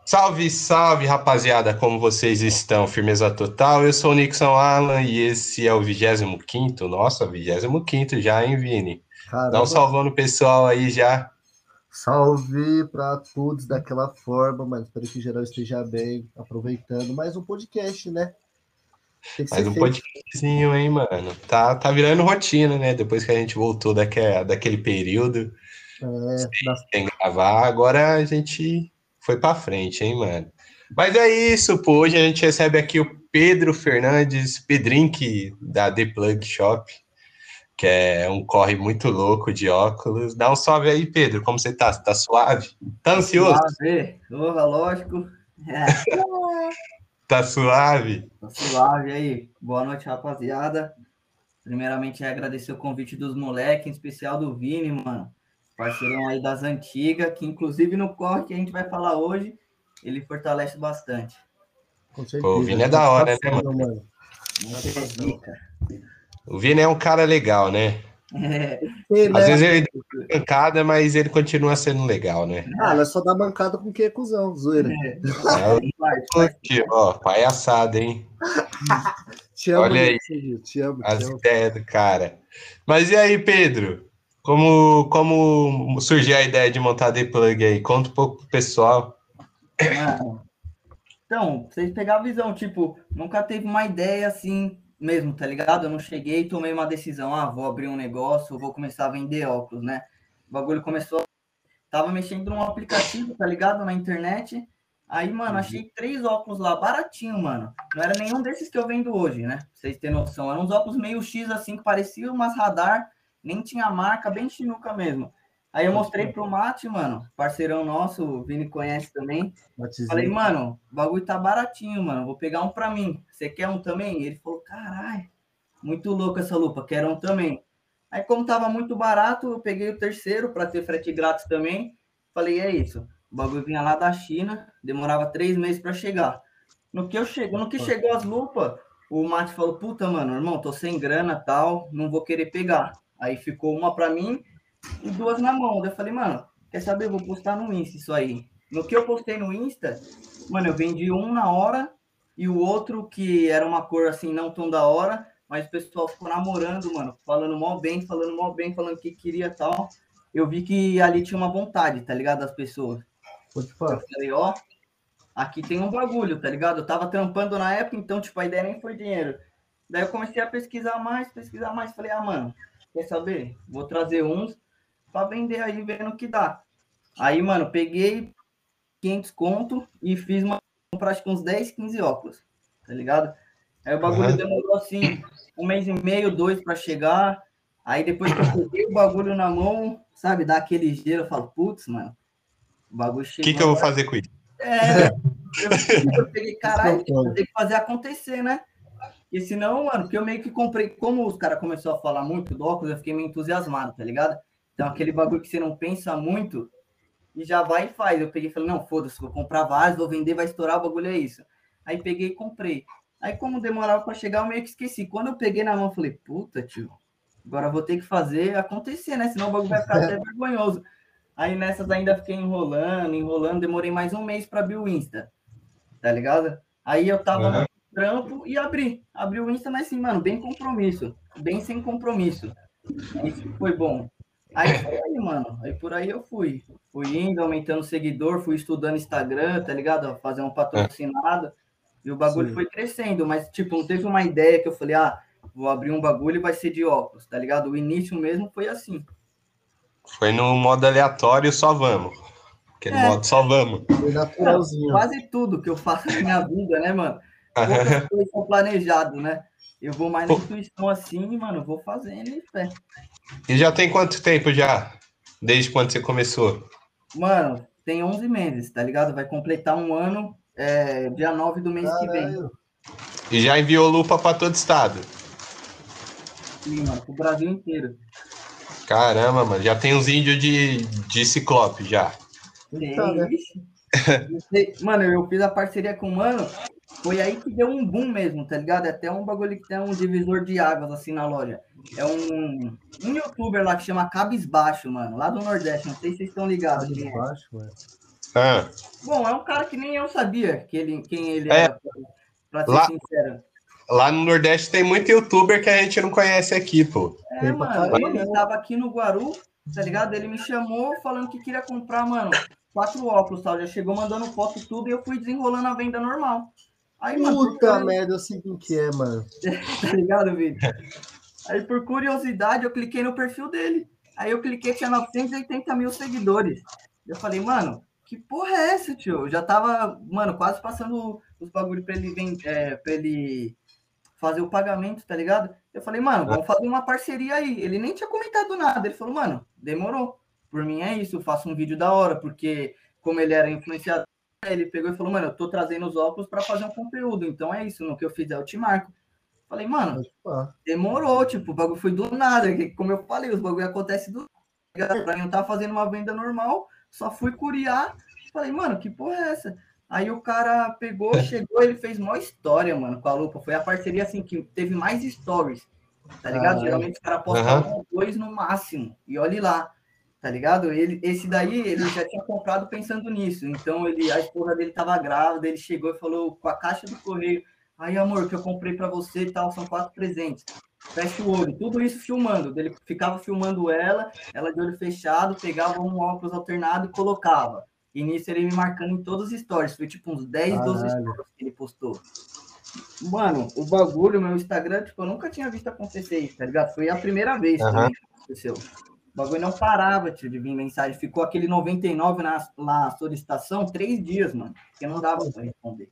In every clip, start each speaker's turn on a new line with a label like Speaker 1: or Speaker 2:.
Speaker 1: Salve, salve, rapaziada, como vocês estão? Firmeza total? Eu sou o Nixon Alan e esse é o 25º, nossa, 25º já, hein, Vini? Dá um
Speaker 2: Caramba,
Speaker 1: salvão no pessoal aí já.
Speaker 2: salve para todos daquela forma, mas espero que geral esteja bem, aproveitando mais um podcast, né? Tem que ser
Speaker 1: Mais um
Speaker 2: feito.
Speaker 1: podcastzinho, hein, mano? Tá virando rotina, né? Depois que a gente voltou daquele período
Speaker 2: É, nas...
Speaker 1: sem gravar, agora a gente foi pra frente, hein, mano? Mas é isso, pô. Hoje a gente recebe aqui o Pedro Fernandes, Pedrink, da The Plug Shop, que é um corre muito louco de óculos. Dá um salve aí, Pedro. Como você tá? Você tá suave? Tá
Speaker 3: Tá
Speaker 1: ansioso?
Speaker 3: suave, porra, lógico. É,
Speaker 1: Tá suave?
Speaker 3: tá suave aí. Boa noite, rapaziada. Primeiramente, agradecer o convite dos moleques, em especial do Vini, mano. Parceirão aí das antigas, que inclusive no corre que a gente vai falar hoje, ele fortalece bastante.
Speaker 2: Com
Speaker 1: Pô, o
Speaker 2: certeza,
Speaker 1: Vini é da hora, né,
Speaker 2: satisfação,
Speaker 1: mano?
Speaker 2: meu mano.
Speaker 3: Muito é
Speaker 2: Satisfação.
Speaker 3: zica.
Speaker 1: O Vini é um cara legal, né?
Speaker 3: É,
Speaker 2: E,
Speaker 1: Às
Speaker 2: né?
Speaker 1: vezes ele dá mancada, mas ele continua sendo legal, né?
Speaker 2: Ah, nós só dá mancada com quem é cuzão, zoeira.
Speaker 1: É o
Speaker 3: faz.
Speaker 1: ó, palhaçada, hein?
Speaker 2: Te amo,
Speaker 1: Olha aí
Speaker 2: Nilson, Gil, te amo, te
Speaker 1: as
Speaker 2: amo.
Speaker 1: ideias do cara. Mas e aí, Pedro? Como surgiu a ideia de montar The Plug aí? Conta um pouco pro pessoal.
Speaker 3: Mano, então, pra vocês pegarem a visão, tipo, nunca teve uma ideia assim mesmo, tá ligado? Eu não cheguei e tomei uma decisão, vou abrir um negócio, vou começar a vender óculos, né? O bagulho começou, tava mexendo num aplicativo, tá ligado? Na internet. Aí, mano,
Speaker 2: Uhum.
Speaker 3: achei 3 óculos lá, baratinho, mano. Não era nenhum desses que eu vendo hoje, né? Pra vocês terem noção. Eram uns óculos meio X, assim, que pareciam umas radar, nem tinha marca, bem chinuca mesmo. Aí eu
Speaker 2: Pode
Speaker 3: mostrei
Speaker 2: falar.
Speaker 3: pro Mate, mano, parceirão nosso, o Vini conhece também. Falei,
Speaker 2: Matezinho.
Speaker 3: mano, o bagulho tá baratinho, mano. Vou pegar um pra mim. Você quer um também? Ele falou, caralho, muito louco essa lupa, quero um também. Aí, como tava muito barato, eu peguei o terceiro para ter frete grátis também. Falei, é isso. O bagulho vinha lá da China, demorava 3 meses para chegar. No que chegou as lupas, o Mate falou, puta, mano, irmão, tô sem grana tal, não vou querer pegar. Aí ficou uma para mim e duas na mão. Daí eu falei, mano, quer saber? Eu vou postar no Insta isso aí. No que eu postei no Insta, mano, eu vendi um na hora e o outro, que era uma cor assim, não tão da hora, mas o pessoal ficou namorando, mano, falando mal bem, falando que queria tal. Eu vi que ali tinha uma vontade, tá ligado? Das pessoas.
Speaker 2: Pode
Speaker 3: Eu
Speaker 2: falar.
Speaker 3: falei, ó, aqui tem um bagulho, tá ligado? Eu tava trampando na época, então, tipo, a ideia nem foi dinheiro. Daí eu comecei a pesquisar mais. Falei, mano, quer saber? Vou trazer uns para vender aí, vendo o que dá. Aí, mano, peguei 500 conto e fiz acho que uns 10, 15 óculos, tá ligado? Aí o bagulho
Speaker 1: Aham.
Speaker 3: demorou assim, um mês e meio, dois para chegar. Aí depois que eu peguei o bagulho na mão, sabe, dá aquele gelo, eu falo, putz, mano, o bagulho
Speaker 1: Que
Speaker 3: chegou
Speaker 1: eu vou
Speaker 3: agora.
Speaker 1: fazer com isso?
Speaker 3: É, eu peguei,
Speaker 2: Isso que é
Speaker 3: caralho,
Speaker 2: o
Speaker 3: vou
Speaker 2: foda.
Speaker 3: ter que fazer acontecer, né? E senão, mano, porque eu meio que comprei, como os caras começaram a falar muito do óculos, eu fiquei meio entusiasmado, tá ligado? Então, aquele bagulho que você não pensa muito e já vai e faz. Eu peguei e falei, não, foda-se, vou comprar vários, vou vender, vai estourar, o bagulho é isso. Aí peguei e comprei. Aí, como demorava para chegar, eu meio que esqueci. Quando eu peguei na mão, eu falei, puta, tio, agora eu vou ter que fazer acontecer, né? Senão o bagulho vai ficar até vergonhoso. Aí nessas ainda fiquei enrolando, demorei mais um mês para abrir o Insta, tá ligado? Aí eu tava no
Speaker 1: Aham.
Speaker 3: trampo e abri o Insta, mas assim, mano, bem compromisso, bem sem compromisso. Isso foi bom. Aí foi aí, mano. Aí por aí eu fui. Fui indo, aumentando o seguidor, fui estudando Instagram, tá ligado? Fazer um patrocinado. E o bagulho
Speaker 2: Sim.
Speaker 3: foi crescendo, mas, tipo, não teve uma ideia que eu falei, vou abrir um bagulho e vai ser de óculos, tá ligado? O início mesmo foi assim.
Speaker 1: Foi no modo aleatório, só vamos. Aquele
Speaker 3: É,
Speaker 1: modo só vamos.
Speaker 2: Foi
Speaker 3: mano,
Speaker 2: naturalzinho.
Speaker 3: quase tudo que eu faço na minha vida, né, mano? Poucas coisas são planejadas, né? Eu vou mais na
Speaker 1: Pô,
Speaker 3: intuição assim, mano, vou fazendo e fé.
Speaker 1: e já tem quanto tempo já? Desde quando você começou?
Speaker 3: Mano, tem 11 meses, tá ligado? Vai completar um ano, dia 9 do mês que vem.
Speaker 2: Caralho.
Speaker 1: E já enviou lupa para todo estado?
Speaker 3: Sim, mano, pro Brasil inteiro.
Speaker 1: Caramba, mano, já tem uns índios de Ciclope já.
Speaker 2: Então,
Speaker 3: Tem,
Speaker 2: né?
Speaker 3: ixi. Mano, eu fiz a parceria com o Mano, foi aí que deu um boom mesmo, tá ligado? É até um bagulho que tem um divisor de águas assim na loja. É um youtuber lá que chama Cabisbaixo, mano, lá do Nordeste, não sei se vocês estão
Speaker 2: Tá
Speaker 3: ligados quem é.
Speaker 2: desbaixo, mano.
Speaker 1: Ah,
Speaker 3: Bom, é um cara que nem eu sabia quem ele
Speaker 1: é,
Speaker 3: era, pra ser
Speaker 1: lá,
Speaker 3: sincero.
Speaker 1: lá no Nordeste tem muito youtuber que a gente não conhece aqui, pô.
Speaker 3: É,
Speaker 2: Tem pra
Speaker 3: mano,
Speaker 2: caramba,
Speaker 3: ele
Speaker 2: né?
Speaker 3: tava aqui no Guaru, tá ligado? Ele me chamou falando que queria comprar, mano, 4 óculos, tal. Já chegou mandando foto tudo e eu fui desenrolando a venda normal. Aí, mano,
Speaker 2: Puta merda, eu sei quem que é, mano.
Speaker 3: tá ligado, Vini? Aí, por curiosidade, eu cliquei no perfil dele. Aí eu cliquei, tinha 980 mil seguidores. Eu falei, mano, que porra é essa, tio? Eu já tava, mano, quase passando os bagulho pra ele fazer o pagamento, tá ligado? Eu falei, mano, vamos fazer uma parceria aí. Ele nem tinha comentado nada. Ele falou, mano, demorou. Por mim é isso, eu faço um vídeo da hora, porque como ele era influenciador, ele pegou e falou, mano, eu tô trazendo os óculos para fazer um conteúdo, então é isso, no que eu fizer eu te marco. Falei, mano,
Speaker 2: Pode falar.
Speaker 3: demorou, tipo, o bagulho foi do nada, que, como eu falei, os bagulho acontece do nada. Pra mim, eu tava fazendo uma venda normal, só fui curiar, falei, mano, que porra é essa? Aí o cara pegou, chegou, ele fez uma história, mano, com a Lupa. Foi a parceria, assim, que teve mais stories, tá ligado?
Speaker 2: Caralho.
Speaker 3: Geralmente os caras postam um ou dois no máximo, e olhe lá, tá ligado? Esse daí, ele já tinha comprado pensando nisso, então a esposa dele tava grávida, ele chegou e falou com a caixa do correio, aí, amor, que eu comprei para você e tal, são 4 presentes. Fecha o olho, tudo isso filmando. Ele ficava filmando ela de olho fechado, pegava um óculos alternado e colocava. E nisso ele me marcando em todos os stories. Foi tipo uns 10, 12
Speaker 2: Caralho.
Speaker 3: stories que ele postou. Mano, o bagulho, meu Instagram, tipo, eu nunca tinha visto acontecer isso, tá ligado? Foi a primeira vez também que aconteceu. O bagulho não parava, tio, de vir mensagem. Ficou aquele 99 na solicitação 3 dias, mano. Porque não dava pra responder.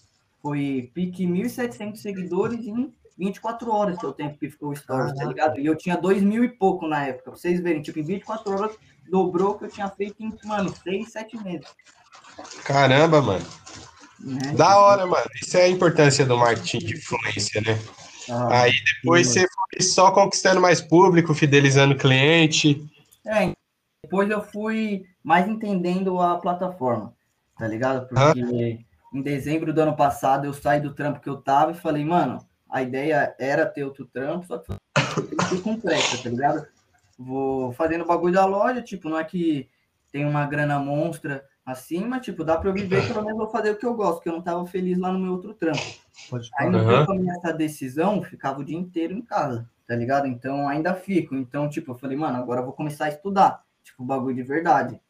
Speaker 3: Foi pique 1.700 seguidores em 24 horas, que é o tempo que ficou o stories, tá ligado? E eu tinha 2.000 e pouco na época. Pra vocês verem, tipo, em 24 horas dobrou o que eu tinha feito em, mano, 6, 7 meses.
Speaker 1: Caramba, mano.
Speaker 3: Né?
Speaker 1: Da hora, mano. Isso é a importância do marketing de influência, né? Aí depois você foi só conquistando mais público, fidelizando o cliente.
Speaker 3: É, depois eu fui mais entendendo a plataforma, tá ligado? Porque em dezembro do ano passado eu saí do trampo que eu tava e falei, mano, a ideia era ter outro trampo, só que eu fui com pressa, tá ligado? Vou fazendo o bagulho da loja, tipo, não é que tem uma grana monstra assim, mas, tipo, dá pra eu viver, pelo menos vou fazer o que eu gosto, porque eu não tava feliz lá no meu outro trampo. Aí no que eu tomei essa decisão, ficava o dia inteiro em casa, tá ligado? Então ainda fico. Então, tipo, eu falei, mano, agora eu vou começar a estudar, tipo, bagulho de verdade.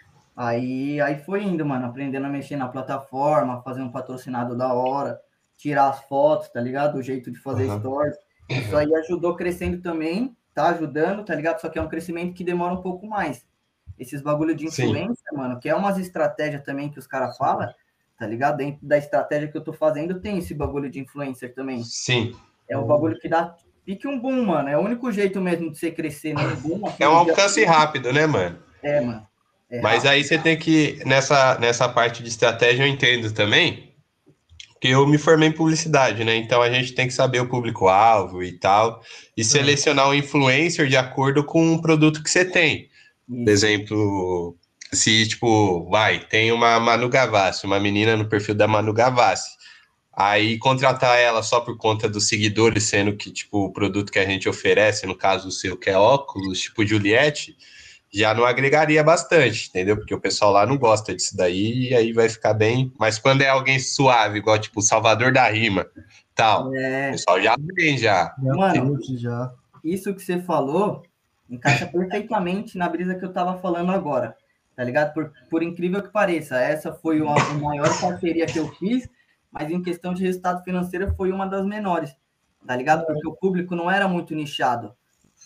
Speaker 3: Aí foi indo, mano, aprendendo a mexer na plataforma, fazer um patrocinado da hora, tirar as fotos, tá ligado? O jeito de fazer stories. Isso aí ajudou crescendo também, tá ajudando, tá ligado? Só que é um crescimento que demora um pouco mais. Esses bagulho de influência, mano, que é umas estratégias também que os caras falam, tá ligado? Dentro da estratégia que eu tô fazendo, tem esse bagulho de influencer também.
Speaker 1: Sim.
Speaker 3: É o bagulho que dá pique um boom, mano. É o único jeito mesmo de você crescer num boom. Assim,
Speaker 1: É um alcance rápido, né, mano?
Speaker 3: É, mano. É
Speaker 1: mas
Speaker 3: rápido.
Speaker 1: aí você tem que, nessa parte de estratégia, eu entendo também, que eu me formei em publicidade, né? Então a gente tem que saber o público-alvo e tal, e selecionar o influencer de acordo com o produto que você tem. Por exemplo, se, tipo, tem uma Manu Gavassi, uma menina no perfil da Manu Gavassi, aí contratar ela só por conta dos seguidores, sendo que, tipo, o produto que a gente oferece, no caso o seu, que é óculos, tipo Juliette, já não agregaria bastante, entendeu? Porque o pessoal lá não gosta disso daí, e aí vai ficar bem. Mas quando é alguém suave, igual, tipo, o Salvador da Rima, tal, o pessoal já tem, já.
Speaker 3: Mano, isso que você falou encaixa perfeitamente na brisa que eu tava falando agora, tá ligado? Por incrível que pareça, essa foi a maior parceria que eu fiz, mas em questão de resultado financeiro foi uma das menores, tá ligado? Porque o público não era muito nichado.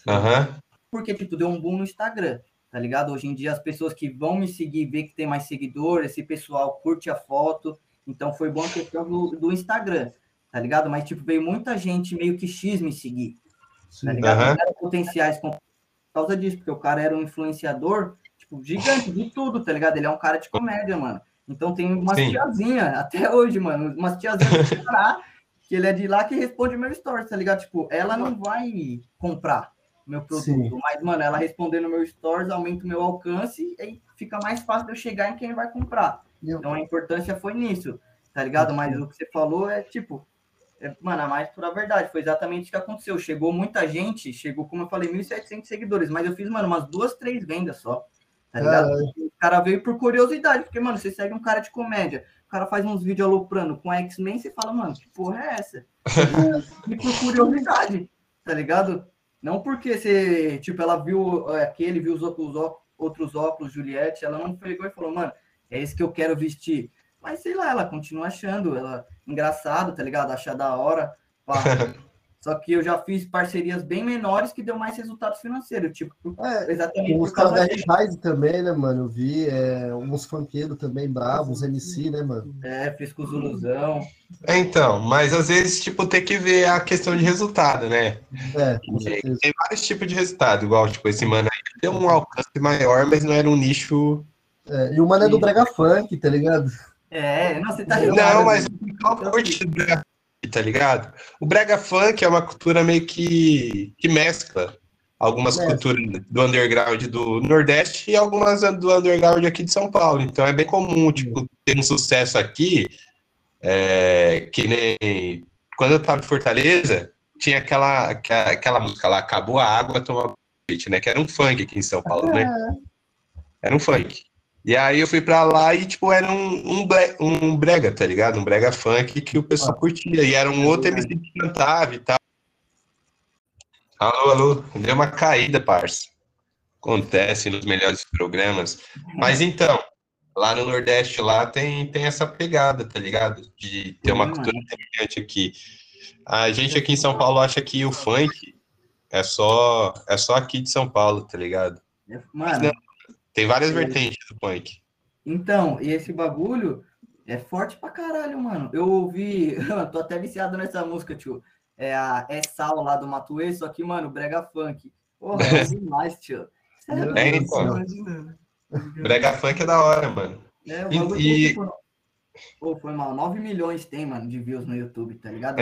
Speaker 3: Porque, tipo, deu um boom no Instagram, tá ligado? Hoje em dia as pessoas que vão me seguir, ver que tem mais seguidores, esse pessoal curte a foto, então foi bom a questão do Instagram, tá ligado? Mas, tipo, veio muita gente meio que X me seguir, tá ligado? Não eram potenciais por causa disso, porque o cara era um influenciador, tipo, gigante de tudo, tá ligado? Ele é um cara de comédia, mano. Então tem umas tiazinhas, até hoje, mano, umas tiazinhas de lá, que ele é de lá que responde meu stories, tá ligado? Tipo, ela não vai comprar meu produto, mas, mano, ela respondendo meu stories aumenta o meu alcance e fica mais fácil de eu chegar em quem vai comprar. Então a importância foi nisso, tá ligado? Mas o que você falou é, tipo, mano, a mais pura verdade, foi exatamente o que aconteceu. Chegou muita gente, chegou, como eu falei, 1.700 seguidores, mas eu fiz, mano, umas 2, 3 vendas só, tá ligado? O cara veio por curiosidade, porque, mano, você segue um cara de comédia, o cara faz uns vídeos aloprando com X-Men, você fala, mano, que porra é essa? E por curiosidade, tá ligado? Não porque você, tipo, ela viu aquele, viu os outros óculos, Juliette, ela não pegou e falou, mano, é esse que eu quero vestir. Mas, sei lá, ela continua achando ela engraçado, tá ligado? Achar da hora, pá. Só que eu já fiz parcerias bem menores que deu mais resultado financeiro, tipo, exatamente
Speaker 2: os
Speaker 3: por
Speaker 2: caras
Speaker 3: causa
Speaker 2: da
Speaker 3: disso.
Speaker 2: Rise também, né, mano? Eu vi uns funkeiros também bravos, MC, né, mano?
Speaker 3: Fiz com o Zuluzão.
Speaker 1: Então, mas às vezes, tipo, tem que ver a questão de resultado, né?
Speaker 2: Com certeza.
Speaker 1: Tem vários tipos de resultado, igual, tipo, esse mano aí deu um alcance maior, mas não era um nicho.
Speaker 2: E o mano é do Brega Funk, tá ligado?
Speaker 3: Não, você tá
Speaker 1: Não,
Speaker 3: ligado.
Speaker 1: mas o pessoal curte o Brega Funk, tá ligado? O Brega Funk é uma cultura meio que mescla algumas culturas do underground do Nordeste e algumas do underground aqui de São Paulo. Então é bem comum, tipo, ter um sucesso aqui, que nem quando eu tava em Fortaleza, tinha aquela música lá, Acabou a Água, Toma Leite, né? Que era um funk aqui em São Paulo, né? Era um funk. E aí eu fui pra lá e, tipo, era um brega, tá ligado? Um brega funk que o pessoal curtia. E era um outro MC que cantava e tal. Alô, alô. Deu uma caída, parça. Acontece nos melhores programas. Mas então, lá no Nordeste, lá tem essa pegada, tá ligado? De ter uma cultura semelhante aqui. A gente aqui em São Paulo acha que o funk é só aqui de São Paulo, tá ligado?
Speaker 3: Mano,
Speaker 1: não, tem várias vertentes do funk.
Speaker 3: Então, e esse bagulho é forte pra caralho, mano. Eu ouvi, tô até viciado nessa música, tio. É Sal lá do Matuê, só que, mano, brega funk. Porra, é demais, tio.
Speaker 1: Então. Brega funk é da hora, mano.
Speaker 3: O bagulho tem, tipo, foi mal, 9 milhões tem, mano, de views no YouTube, tá ligado?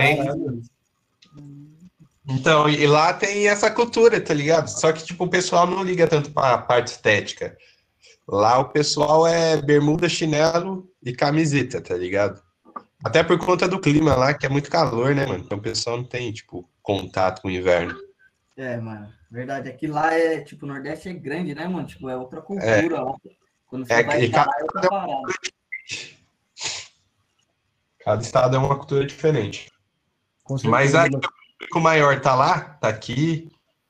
Speaker 1: Então, e lá tem essa cultura, tá ligado? Só que, tipo, o pessoal não liga tanto pra parte estética. Lá o pessoal é bermuda, chinelo e camiseta, tá ligado? Até por conta do clima lá, que é muito calor, né, mano? Então o pessoal não tem, tipo, contato com o inverno.
Speaker 3: Mano, verdade. Aqui lá tipo, o Nordeste é grande, né, mano? Tipo, é outra cultura lá. Quando você vai pra lá, é outra parada.
Speaker 1: Cada estado é uma cultura diferente. Mas aí o público maior tá lá, tá aqui.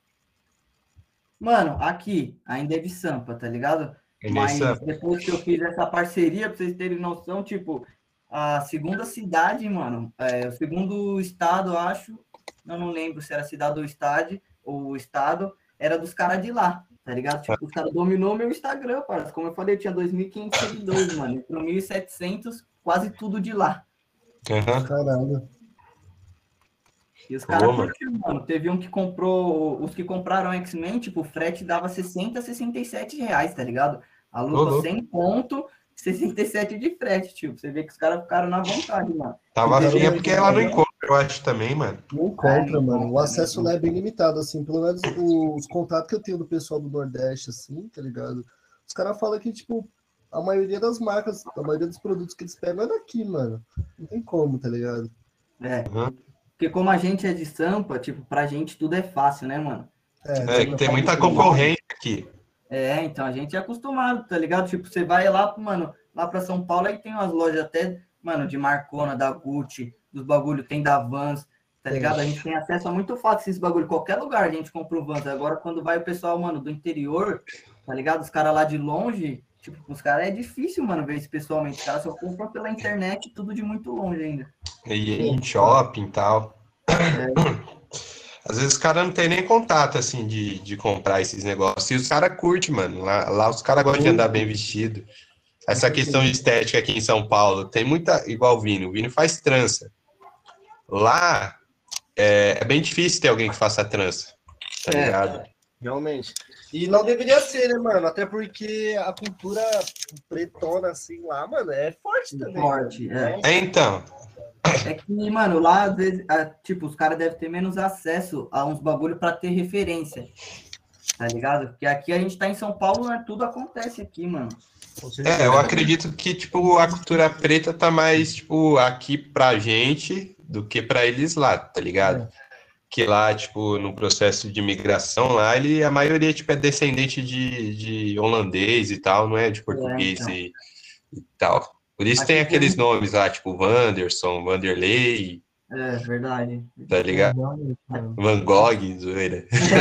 Speaker 3: Mano, aqui ainda é de Sampa, tá ligado? Mas depois que eu fiz essa parceria, pra vocês terem noção, tipo, a segunda cidade, mano, o segundo estado, eu acho, eu não lembro se era cidade ou estado, era dos caras de lá, tá ligado? Tipo, os caras dominou meu Instagram, parça. Como eu falei, eu tinha 2.500 seguidores, mano. Entrou 1.700, quase tudo de lá.
Speaker 2: Caralho.
Speaker 3: E os caras curtiram, mano. Teve um que comprou, os que compraram X-Men, tipo, o frete dava 60, 67 reais, tá ligado? A lupa 100 ponto, 67 de frete, tipo. Você vê que os caras ficaram na vontade, mano.
Speaker 1: Tava assim, porque ela não encontra, eu acho também, mano.
Speaker 2: Não encontra, mano. O acesso lá é bem limitado, assim. Pelo menos os contatos que eu tenho do pessoal do Nordeste, assim, tá ligado? Os caras falam que, tipo, a maioria das marcas, a maioria dos produtos que eles pegam é daqui, mano. Não tem como, tá ligado?
Speaker 3: Porque como a gente é de Sampa, tipo, pra gente tudo é fácil, né, mano?
Speaker 1: Tem muita concorrência aqui.
Speaker 3: Então a gente é acostumado, tá ligado? Tipo, você vai lá, mano, lá pra São Paulo, aí tem umas lojas até, mano, de Marcona, da Gucci, dos bagulho, tem da Vans, tá ligado? A gente tem acesso a muito fácil esses bagulho. Qualquer lugar a gente compra o Vans. Agora, quando vai o pessoal, mano, do interior, tá ligado? Os caras lá de longe, tipo, os caras é difícil, mano, ver isso pessoalmente. Os caras só compram pela internet, tudo de muito longe ainda.
Speaker 1: E em shopping e tal. Às vezes os caras não tem nem contato, assim, de comprar esses negócios. E os caras curtem, mano. Lá os caras gostam de andar bem vestido. Essa questão de estética aqui em São Paulo, tem muita... Igual o Vini faz trança. Lá, é bem difícil ter alguém que faça trança, tá ligado?
Speaker 2: Realmente. E não deveria ser, né, mano? Até porque a cultura pretona, assim, lá, mano, é forte também.
Speaker 3: Forte,
Speaker 1: então...
Speaker 3: É que, mano, lá, às vezes, tipo, os caras devem ter menos acesso a uns bagulho pra ter referência, tá ligado? Porque aqui a gente tá em São Paulo, né? Tudo acontece aqui, mano.
Speaker 1: Eu acredito que, tipo, a cultura preta tá mais, tipo, aqui pra gente do que pra eles lá, tá ligado? que lá, tipo, no processo de migração lá, a maioria, tipo, é descendente de holandês e tal, não é de português
Speaker 3: Então.
Speaker 1: e tal. Por isso tem
Speaker 3: Aqui
Speaker 1: aqueles
Speaker 3: tem.
Speaker 1: nomes lá, tipo, Wanderson, Vanderlei,
Speaker 3: É verdade.
Speaker 1: tá
Speaker 2: É,
Speaker 1: ligado?
Speaker 2: realmente, mano.
Speaker 1: Van Gogh, zoeira.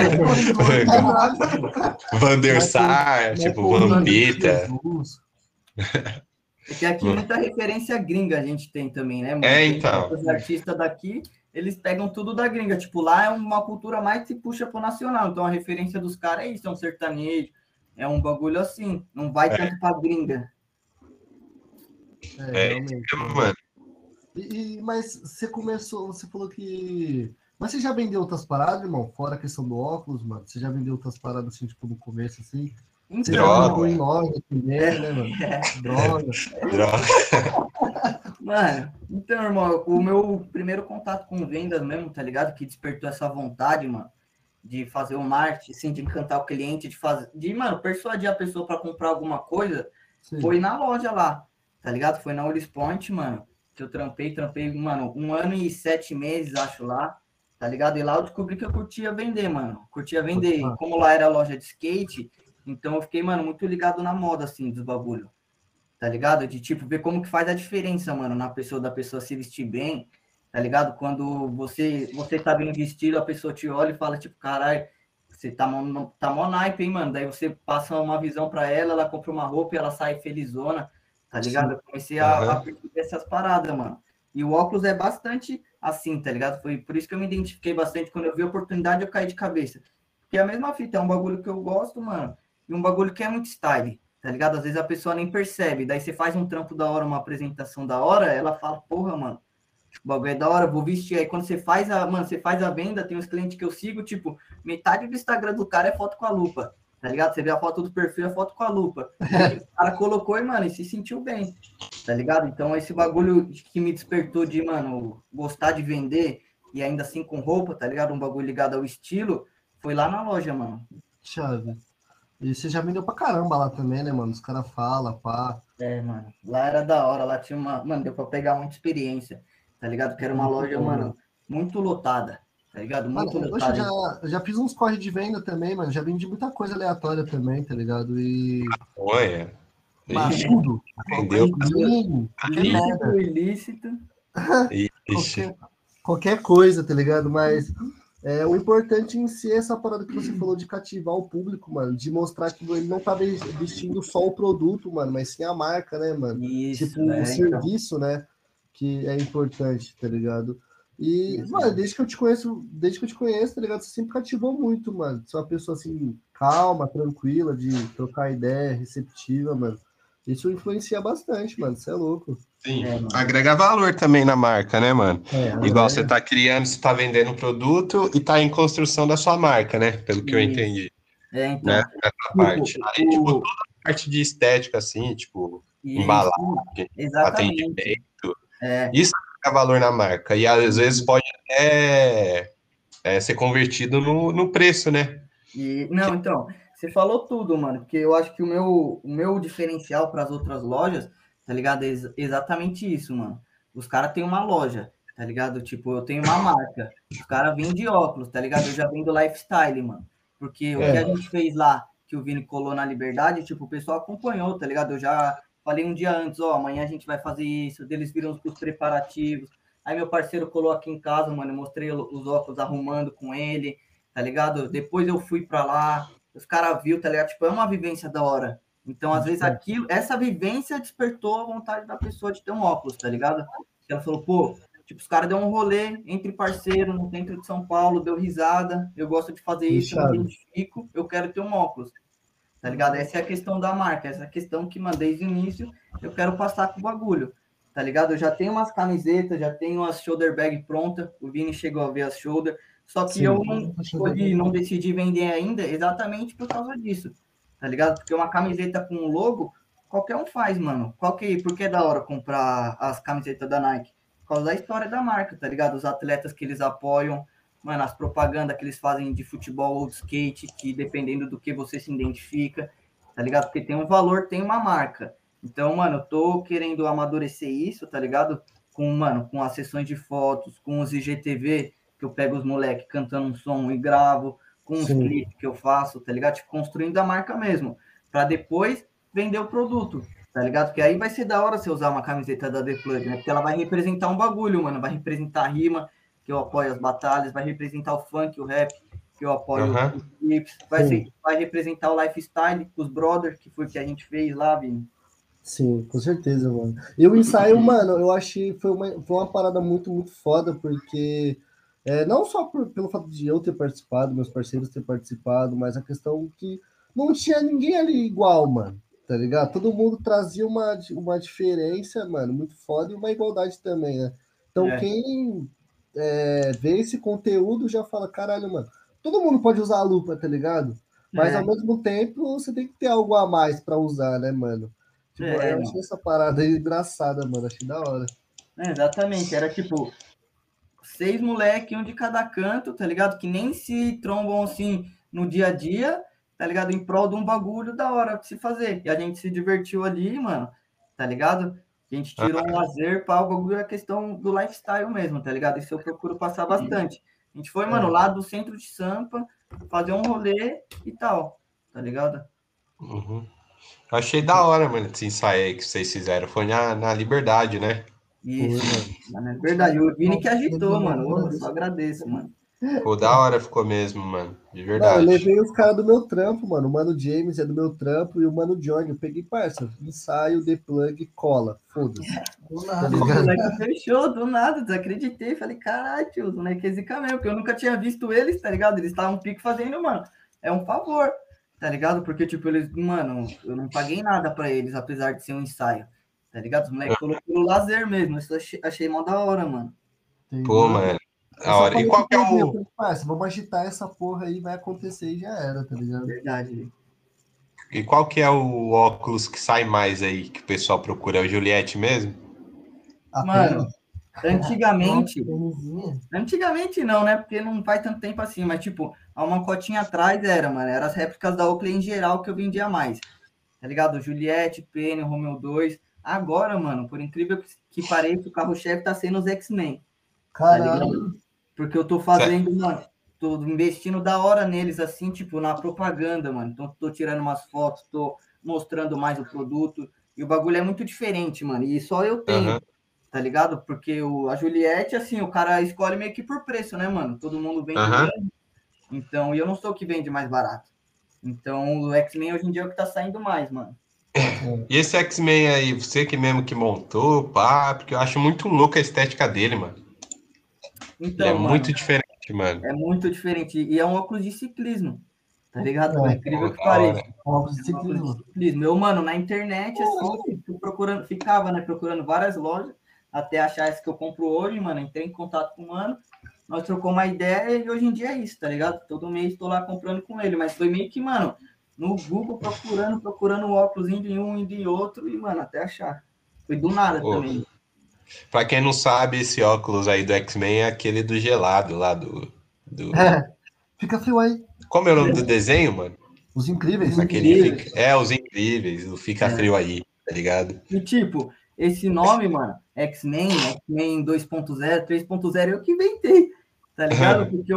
Speaker 1: Van der
Speaker 2: Michael,
Speaker 1: Sar, tipo,
Speaker 2: Michael Williams,
Speaker 1: Vampeta.
Speaker 2: Jesus.
Speaker 3: É que aqui muita referência gringa a gente tem também, né, mano?
Speaker 1: É,
Speaker 3: Tem
Speaker 1: então.
Speaker 3: os artistas daqui, eles pegam tudo da gringa. Tipo, lá é uma cultura mais que puxa pro nacional. Então a referência dos caras é isso, é um sertanejo, é um bagulho assim. Não vai tanto pra gringa.
Speaker 2: É,
Speaker 1: É,
Speaker 2: realmente, mano.
Speaker 1: mano.
Speaker 2: Mas você começou, você falou que. Mas você já vendeu outras paradas, irmão? Fora a questão do óculos, mano? Você já vendeu outras paradas assim, tipo, no começo, assim? Você já
Speaker 3: Então,
Speaker 2: trabalhou
Speaker 1: Droga,
Speaker 2: em loja também, né, mano? Droga.
Speaker 1: droga.
Speaker 3: mano, então, irmão, o meu primeiro contato com vendas mesmo, tá ligado? Que despertou essa vontade, mano, de fazer o marketing, assim, de encantar o cliente, mano, persuadir a pessoa para comprar alguma coisa,
Speaker 2: Sim.
Speaker 3: foi na loja lá, tá ligado? Foi na Willis Point, mano, que eu trampei, mano, 1 ano e 7 meses, acho lá, tá ligado? E lá eu descobri que eu curtia vender, mano, curtia
Speaker 2: Pode
Speaker 3: vender. E
Speaker 2: falar.
Speaker 3: como lá era loja de skate, então eu fiquei, mano, muito ligado na moda, assim, dos bagulho, tá ligado? De, tipo, ver como que faz a diferença, mano, na pessoa, da pessoa se vestir bem, tá ligado? Quando você tá bem vestido, a pessoa te olha e fala, tipo, caralho, você tá mó naipe, hein, mano? Daí você passa uma visão pra ela, ela compra uma roupa e ela sai felizona, tá ligado?
Speaker 2: Sim.
Speaker 3: Eu comecei a
Speaker 1: Aham.
Speaker 3: perceber essas paradas, mano. E o óculos é bastante assim, tá ligado? Foi por isso que eu me identifiquei bastante. Quando eu vi a oportunidade, eu caí de cabeça. Porque é a mesma fita, é um bagulho que eu gosto, mano, e um bagulho que é muito style, tá ligado? Às vezes a pessoa nem percebe, daí você faz um trampo da hora, uma apresentação da hora, ela fala, porra, mano, o bagulho é da hora, vou vestir. Aí quando você faz a venda, tem uns clientes que eu sigo, tipo, metade do Instagram do cara é foto com a lupa, tá ligado? Você vê a foto do perfil, é foto com a lupa. Porque o cara colocou e, mano, e se sentiu bem, tá ligado? Então esse bagulho que me despertou de, mano, gostar de vender e ainda assim com roupa, tá ligado? Um bagulho ligado ao estilo, foi lá na loja, mano.
Speaker 2: Chave. E você já vendeu pra caramba lá também, né, mano? Os caras falam, pá.
Speaker 3: É, mano, lá era da hora, lá tinha uma. Mano, deu pra pegar muita experiência, tá ligado? Que era uma
Speaker 2: Muito
Speaker 3: loja,
Speaker 2: bom, mano.
Speaker 3: mano, muito lotada, tá ligado?
Speaker 2: Mano,
Speaker 3: Muito
Speaker 2: hoje
Speaker 3: lotada.
Speaker 2: eu já fiz uns corre de venda também, mano. Já vendi muita coisa aleatória também, tá ligado? E.
Speaker 1: Olha.
Speaker 2: Mano,
Speaker 1: Ixi,
Speaker 2: tudo.
Speaker 1: vendeu.
Speaker 2: Qualquer
Speaker 3: Lícito,
Speaker 2: merda.
Speaker 3: ilícito.
Speaker 1: Ixi.
Speaker 2: Qualquer coisa, tá ligado? Mas o importante em si é essa parada que você falou de cativar o público, mano. De mostrar que ele não tá vestindo só o produto, mano, mas sim a marca, né, mano?
Speaker 3: Isso,
Speaker 2: Tipo, o
Speaker 3: é, então.
Speaker 2: serviço, né? Que é importante, tá ligado? E,
Speaker 3: Isso,
Speaker 2: mano, desde que eu te conheço, tá ligado? Você sempre cativou muito, mano. Você é uma pessoa assim, calma, tranquila, de trocar ideia, receptiva, mano. Isso influencia bastante, mano. Você é louco.
Speaker 1: Sim.
Speaker 3: mano.
Speaker 1: Agrega valor também na marca, né, mano? Igual você
Speaker 2: André.
Speaker 1: tá criando, você tá vendendo um produto e tá em construção da sua marca, né? Pelo que eu
Speaker 3: Isso.
Speaker 1: entendi,
Speaker 3: É,
Speaker 1: né?
Speaker 3: então.
Speaker 1: Essa
Speaker 3: Tipo,
Speaker 1: parte. Aí, tipo, toda a parte de estética, assim, tipo, embalagem,
Speaker 3: isso, exatamente.
Speaker 1: atendimento,
Speaker 3: É.
Speaker 1: isso agrega valor na marca. E às vezes pode até ser convertido no preço, né?
Speaker 3: Não, então, você falou tudo, mano, porque eu acho que o meu diferencial para as outras lojas, tá ligado? É exatamente isso, mano. Os caras têm uma loja, tá ligado? Tipo, eu tenho uma marca. Os caras vendem óculos, tá ligado? Eu já vendo lifestyle, mano. Porque o que a
Speaker 2: É,
Speaker 3: gente fez lá, que o Vini colou na Liberdade, tipo, o pessoal acompanhou, tá ligado? Eu já falei um dia antes, ó, amanhã a gente vai fazer isso, deles viram os preparativos. Aí meu parceiro colou aqui em casa, mano, eu mostrei os óculos arrumando com ele, tá ligado? Depois eu fui para lá, os caras viu, tá ligado? Tipo, é uma vivência da hora. Então, às vezes, essa vivência despertou a vontade da pessoa de ter um óculos, tá ligado? Ela falou, pô, tipo, os caras deu um rolê entre parceiro no centro de São Paulo, deu risada, eu gosto de fazer isso, eu me
Speaker 2: Chave.
Speaker 3: identifico, eu quero ter um óculos, tá ligado? Essa é a questão da marca, essa é a questão que, mano, desde o início eu quero passar com o bagulho, tá ligado? Eu já tenho umas camisetas, já tenho as shoulder bag pronta, o Vini chegou a ver as shoulder, só que eu
Speaker 2: Sim.
Speaker 3: não escolhi, não decidi vender ainda exatamente por causa disso, tá ligado? Porque uma camiseta com um logo, qualquer um faz, mano. Por que é da hora comprar as camisetas da Nike? Por causa da história da marca, tá ligado? Os atletas que eles apoiam, mano, as propagandas que eles fazem de futebol ou de skate, que dependendo do que você se identifica, tá ligado? Porque tem um valor, tem uma marca. Então, mano, eu tô querendo amadurecer isso, tá ligado? Com as sessões de fotos, com os IGTV, que eu pego os moleques cantando um som e gravo, com os clipes que eu faço, tá ligado? Tipo, construindo a marca mesmo, para depois vender o produto, tá ligado? Porque aí vai ser da hora você usar uma camiseta da The Plug, né? Porque ela vai representar um bagulho, mano, vai representar a rima, que eu apoio as batalhas, vai representar o funk, o rap, que eu apoio os clipes, vai representar o lifestyle, os brothers, que foi o que a gente fez lá, Vini.
Speaker 2: Sim, com certeza, mano. E o ensaio, mano, eu achei foi uma parada muito, muito foda, porque não só pelo fato de eu ter participado, meus parceiros ter participado, mas a questão que não tinha ninguém ali igual, mano, tá ligado? Todo mundo trazia uma diferença, mano, muito foda e uma igualdade também, né? Então, quem vê esse conteúdo já fala, caralho, mano, todo mundo pode usar a lupa, tá ligado? Mas ao mesmo tempo, você tem que ter algo a mais pra usar, né, mano? Tipo, eu achei essa parada aí engraçada, mano. Achei da hora.
Speaker 3: Exatamente. Era tipo 6 moleques, um de cada canto, tá ligado? Que nem se trombam assim no dia a dia, tá ligado? Em prol de um bagulho da hora de se fazer. E a gente se divertiu ali, mano, tá ligado? A gente tirou um lazer para o bagulho, a questão do lifestyle mesmo, tá ligado? Isso eu procuro passar bastante. A gente foi, mano, lá do centro de Sampa, fazer um rolê e tal, tá ligado?
Speaker 1: Uhum. Eu achei da hora, mano, esse ensaio aí que vocês fizeram. Foi na Liberdade, né?
Speaker 3: Isso, mano, é verdade. O Vini que agitou, mano. Eu só agradeço, mano.
Speaker 1: Ficou da hora, ficou mesmo, mano. De
Speaker 2: Mano, eu
Speaker 1: verdade.
Speaker 2: levei os caras do meu trampo, mano. O Mano James é do meu trampo e o Mano Johnny. Eu peguei, parça, ensaio, The Plug, cola. Foda-se. Tá
Speaker 3: O moleque fechou do nada, desacreditei. Falei, caralho, tio, os moleques é zica mesmo, porque eu nunca tinha visto eles, tá ligado? Eles estavam pique fazendo, mano. É um favor, tá ligado? Porque, tipo, eles, mano, eu não paguei nada pra eles, apesar de ser um ensaio, tá ligado? Os moleques foram pelo lazer mesmo. Isso eu achei mó da hora, mano.
Speaker 1: Pô, mano.
Speaker 2: Eu
Speaker 1: Da
Speaker 2: só
Speaker 1: hora. E
Speaker 2: falei
Speaker 1: qual que é
Speaker 2: que
Speaker 1: o.
Speaker 2: parça, vamos agitar essa porra aí, vai acontecer e já era, tá ligado?
Speaker 3: Verdade.
Speaker 1: E qual que é o óculos que sai mais aí, que o pessoal procura? É o Juliette mesmo?
Speaker 3: Mano, antigamente não, né? Porque não faz tanto tempo assim, mas tipo, há uma cotinha atrás era, mano, eram as réplicas da Oakley em geral que eu vendia mais, tá ligado? Juliette, Penny, Romeo 2. Agora, mano, por incrível que pareça, o carro-chefe tá sendo os X-Men, tá ligado? Porque eu tô fazendo, mano, tô investindo da hora neles, assim, tipo, na propaganda, mano. Então, tô tirando umas fotos, tô mostrando mais o produto, e o bagulho é muito diferente, mano, e só eu tenho. Tá ligado? Porque a Juliette, assim, o cara escolhe meio que por preço, né, mano? Todo mundo vende o mesmo. Então, e eu não sou o que vende mais barato. Então, o X-Men hoje em dia é o que tá saindo mais, mano.
Speaker 1: E esse X-Men aí, você que mesmo que montou, pá, porque eu acho muito louco a estética dele, mano. Ele é
Speaker 3: Então,
Speaker 1: muito
Speaker 3: mano,
Speaker 1: diferente, mano.
Speaker 3: é muito diferente. E é um óculos de ciclismo, tá ligado? Por incrível
Speaker 1: Pô,
Speaker 3: que
Speaker 1: da hora.
Speaker 3: pareça. É um óculos de ciclismo. Eu, mano, na internet, assim, ficava, né, procurando várias lojas, até achar esse que eu compro hoje, mano. Entrei em contato com o mano, nós trocamos uma ideia e hoje em dia é isso, tá ligado? Todo mês tô lá comprando com ele, mas foi meio que, mano, no Google procurando óculos indo em um, indo em outro e, mano, até achar. Foi do nada
Speaker 1: Pô,
Speaker 3: também.
Speaker 1: pra quem não sabe, esse óculos aí do X-Men é aquele do gelado lá do...
Speaker 2: Fica frio aí.
Speaker 1: Como é o nome do desenho, mano?
Speaker 2: Os Incríveis.
Speaker 1: Aquele fica... É, Os Incríveis, o Fica Frio aí, tá ligado?
Speaker 3: E, tipo, esse nome, mano, X-Men 2.0, 3.0, eu que inventei, tá ligado? Porque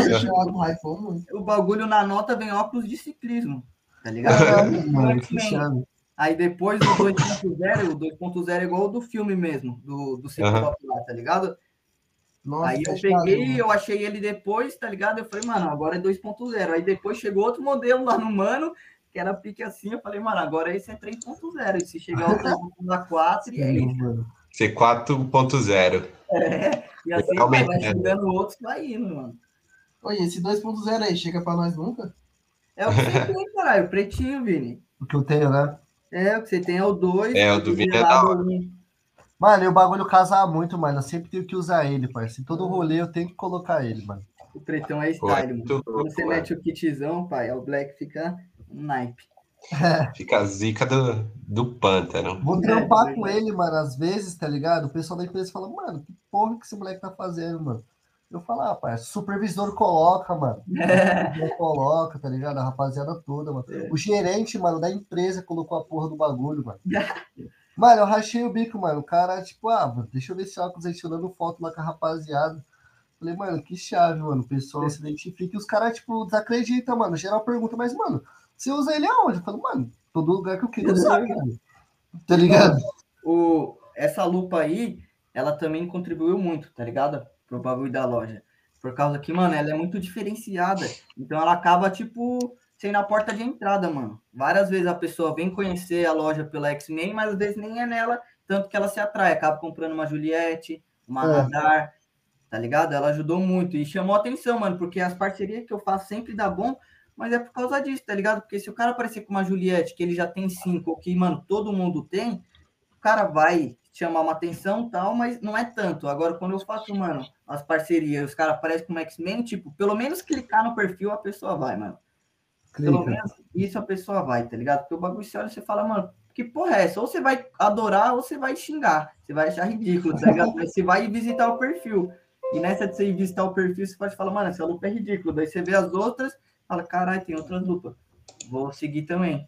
Speaker 3: o bagulho na nota vem óculos de ciclismo, tá ligado?
Speaker 2: Caralho, mano, que
Speaker 3: X-Men.
Speaker 2: chave.
Speaker 3: Aí depois o 2.0 é igual o do filme mesmo, do Ciclope lá, tá ligado? Aí eu peguei, eu achei ele depois, tá ligado? Eu falei, mano, agora é 2.0. Aí depois chegou outro modelo lá no Mano, que era pique assim. Eu falei, mano, agora esse é 3.0. E se chegar outro, eu vou usar 4 e é isso.
Speaker 1: C4.0.
Speaker 3: E assim vai chegando outros, vai indo, mano.
Speaker 4: Oi, esse 2.0 aí, chega pra nós nunca?
Speaker 3: É o que você tem, caralho, o pretinho, Vini.
Speaker 2: O que eu tenho, né?
Speaker 3: É, o que você tem é o 2,
Speaker 1: É, o do Vini é da hora.
Speaker 2: Mano, e o bagulho casa muito, mano. Eu sempre tenho que usar ele, parceiro. Em todo rolê eu tenho que colocar ele, mano.
Speaker 3: O pretão é
Speaker 1: Pô, é
Speaker 3: style,
Speaker 1: muito
Speaker 3: mano.
Speaker 1: louco,
Speaker 3: Quando você
Speaker 1: mano.
Speaker 3: mete o kitzão, pai, o black fica um naipe.
Speaker 1: Fica a zica do pântano.
Speaker 2: Vou trampar com ele, mano, às vezes, tá ligado? O pessoal da empresa fala, mano, que porra que esse moleque tá fazendo, mano? Eu falo, ah, pai, supervisor coloca, mano. Supervisor coloca, tá ligado? A rapaziada toda, mano. O gerente, mano, da empresa colocou a porra do bagulho, mano. Mano, eu rachei o bico, mano. O cara, tipo, deixa eu ver esse óculos aí tirando foto lá com a rapaziada. Falei, mano, que chave, mano. O pessoal se identifica e os caras, tipo, desacreditam, mano. Geral pergunta, mas, mano, você usa ele aonde? Eu falo, mano, todo lugar que eu quero usar, cara. Tá ligado?
Speaker 3: Essa lupa aí, ela também contribuiu muito, tá ligado? Pro bagulho da loja. Por causa que, mano, ela é muito diferenciada. Então ela acaba, tipo, sendo a porta de entrada, mano. Várias vezes a pessoa vem conhecer a loja pela X-Men, mas às vezes nem é nela, tanto que ela se atrai. Acaba comprando uma Juliette, uma Radar, tá ligado? Ela ajudou muito e chamou atenção, mano, porque as parcerias que eu faço sempre dá bom, mas é por causa disso, tá ligado? Porque se o cara aparecer com uma Juliette, que ele já tem 5, ou que, mano, todo mundo tem, o cara vai chamar uma atenção e tal, mas não é tanto. Agora, quando eu faço, mano, as parcerias, os caras aparecem com o X-Men, tipo, pelo menos clicar no perfil, a pessoa vai, mano. Pelo menos isso a pessoa vai, tá ligado? Porque o bagulho você olha e você fala, mano, que porra é essa? Ou você vai adorar ou você vai xingar. Você vai achar ridículo, tá ligado? Mas você vai visitar o perfil. E nessa de você ir visitar o perfil, você pode falar, mano, essa lupa é ridícula. Daí você vê as outras, fala, caralho, tem outras lupas. Vou seguir também.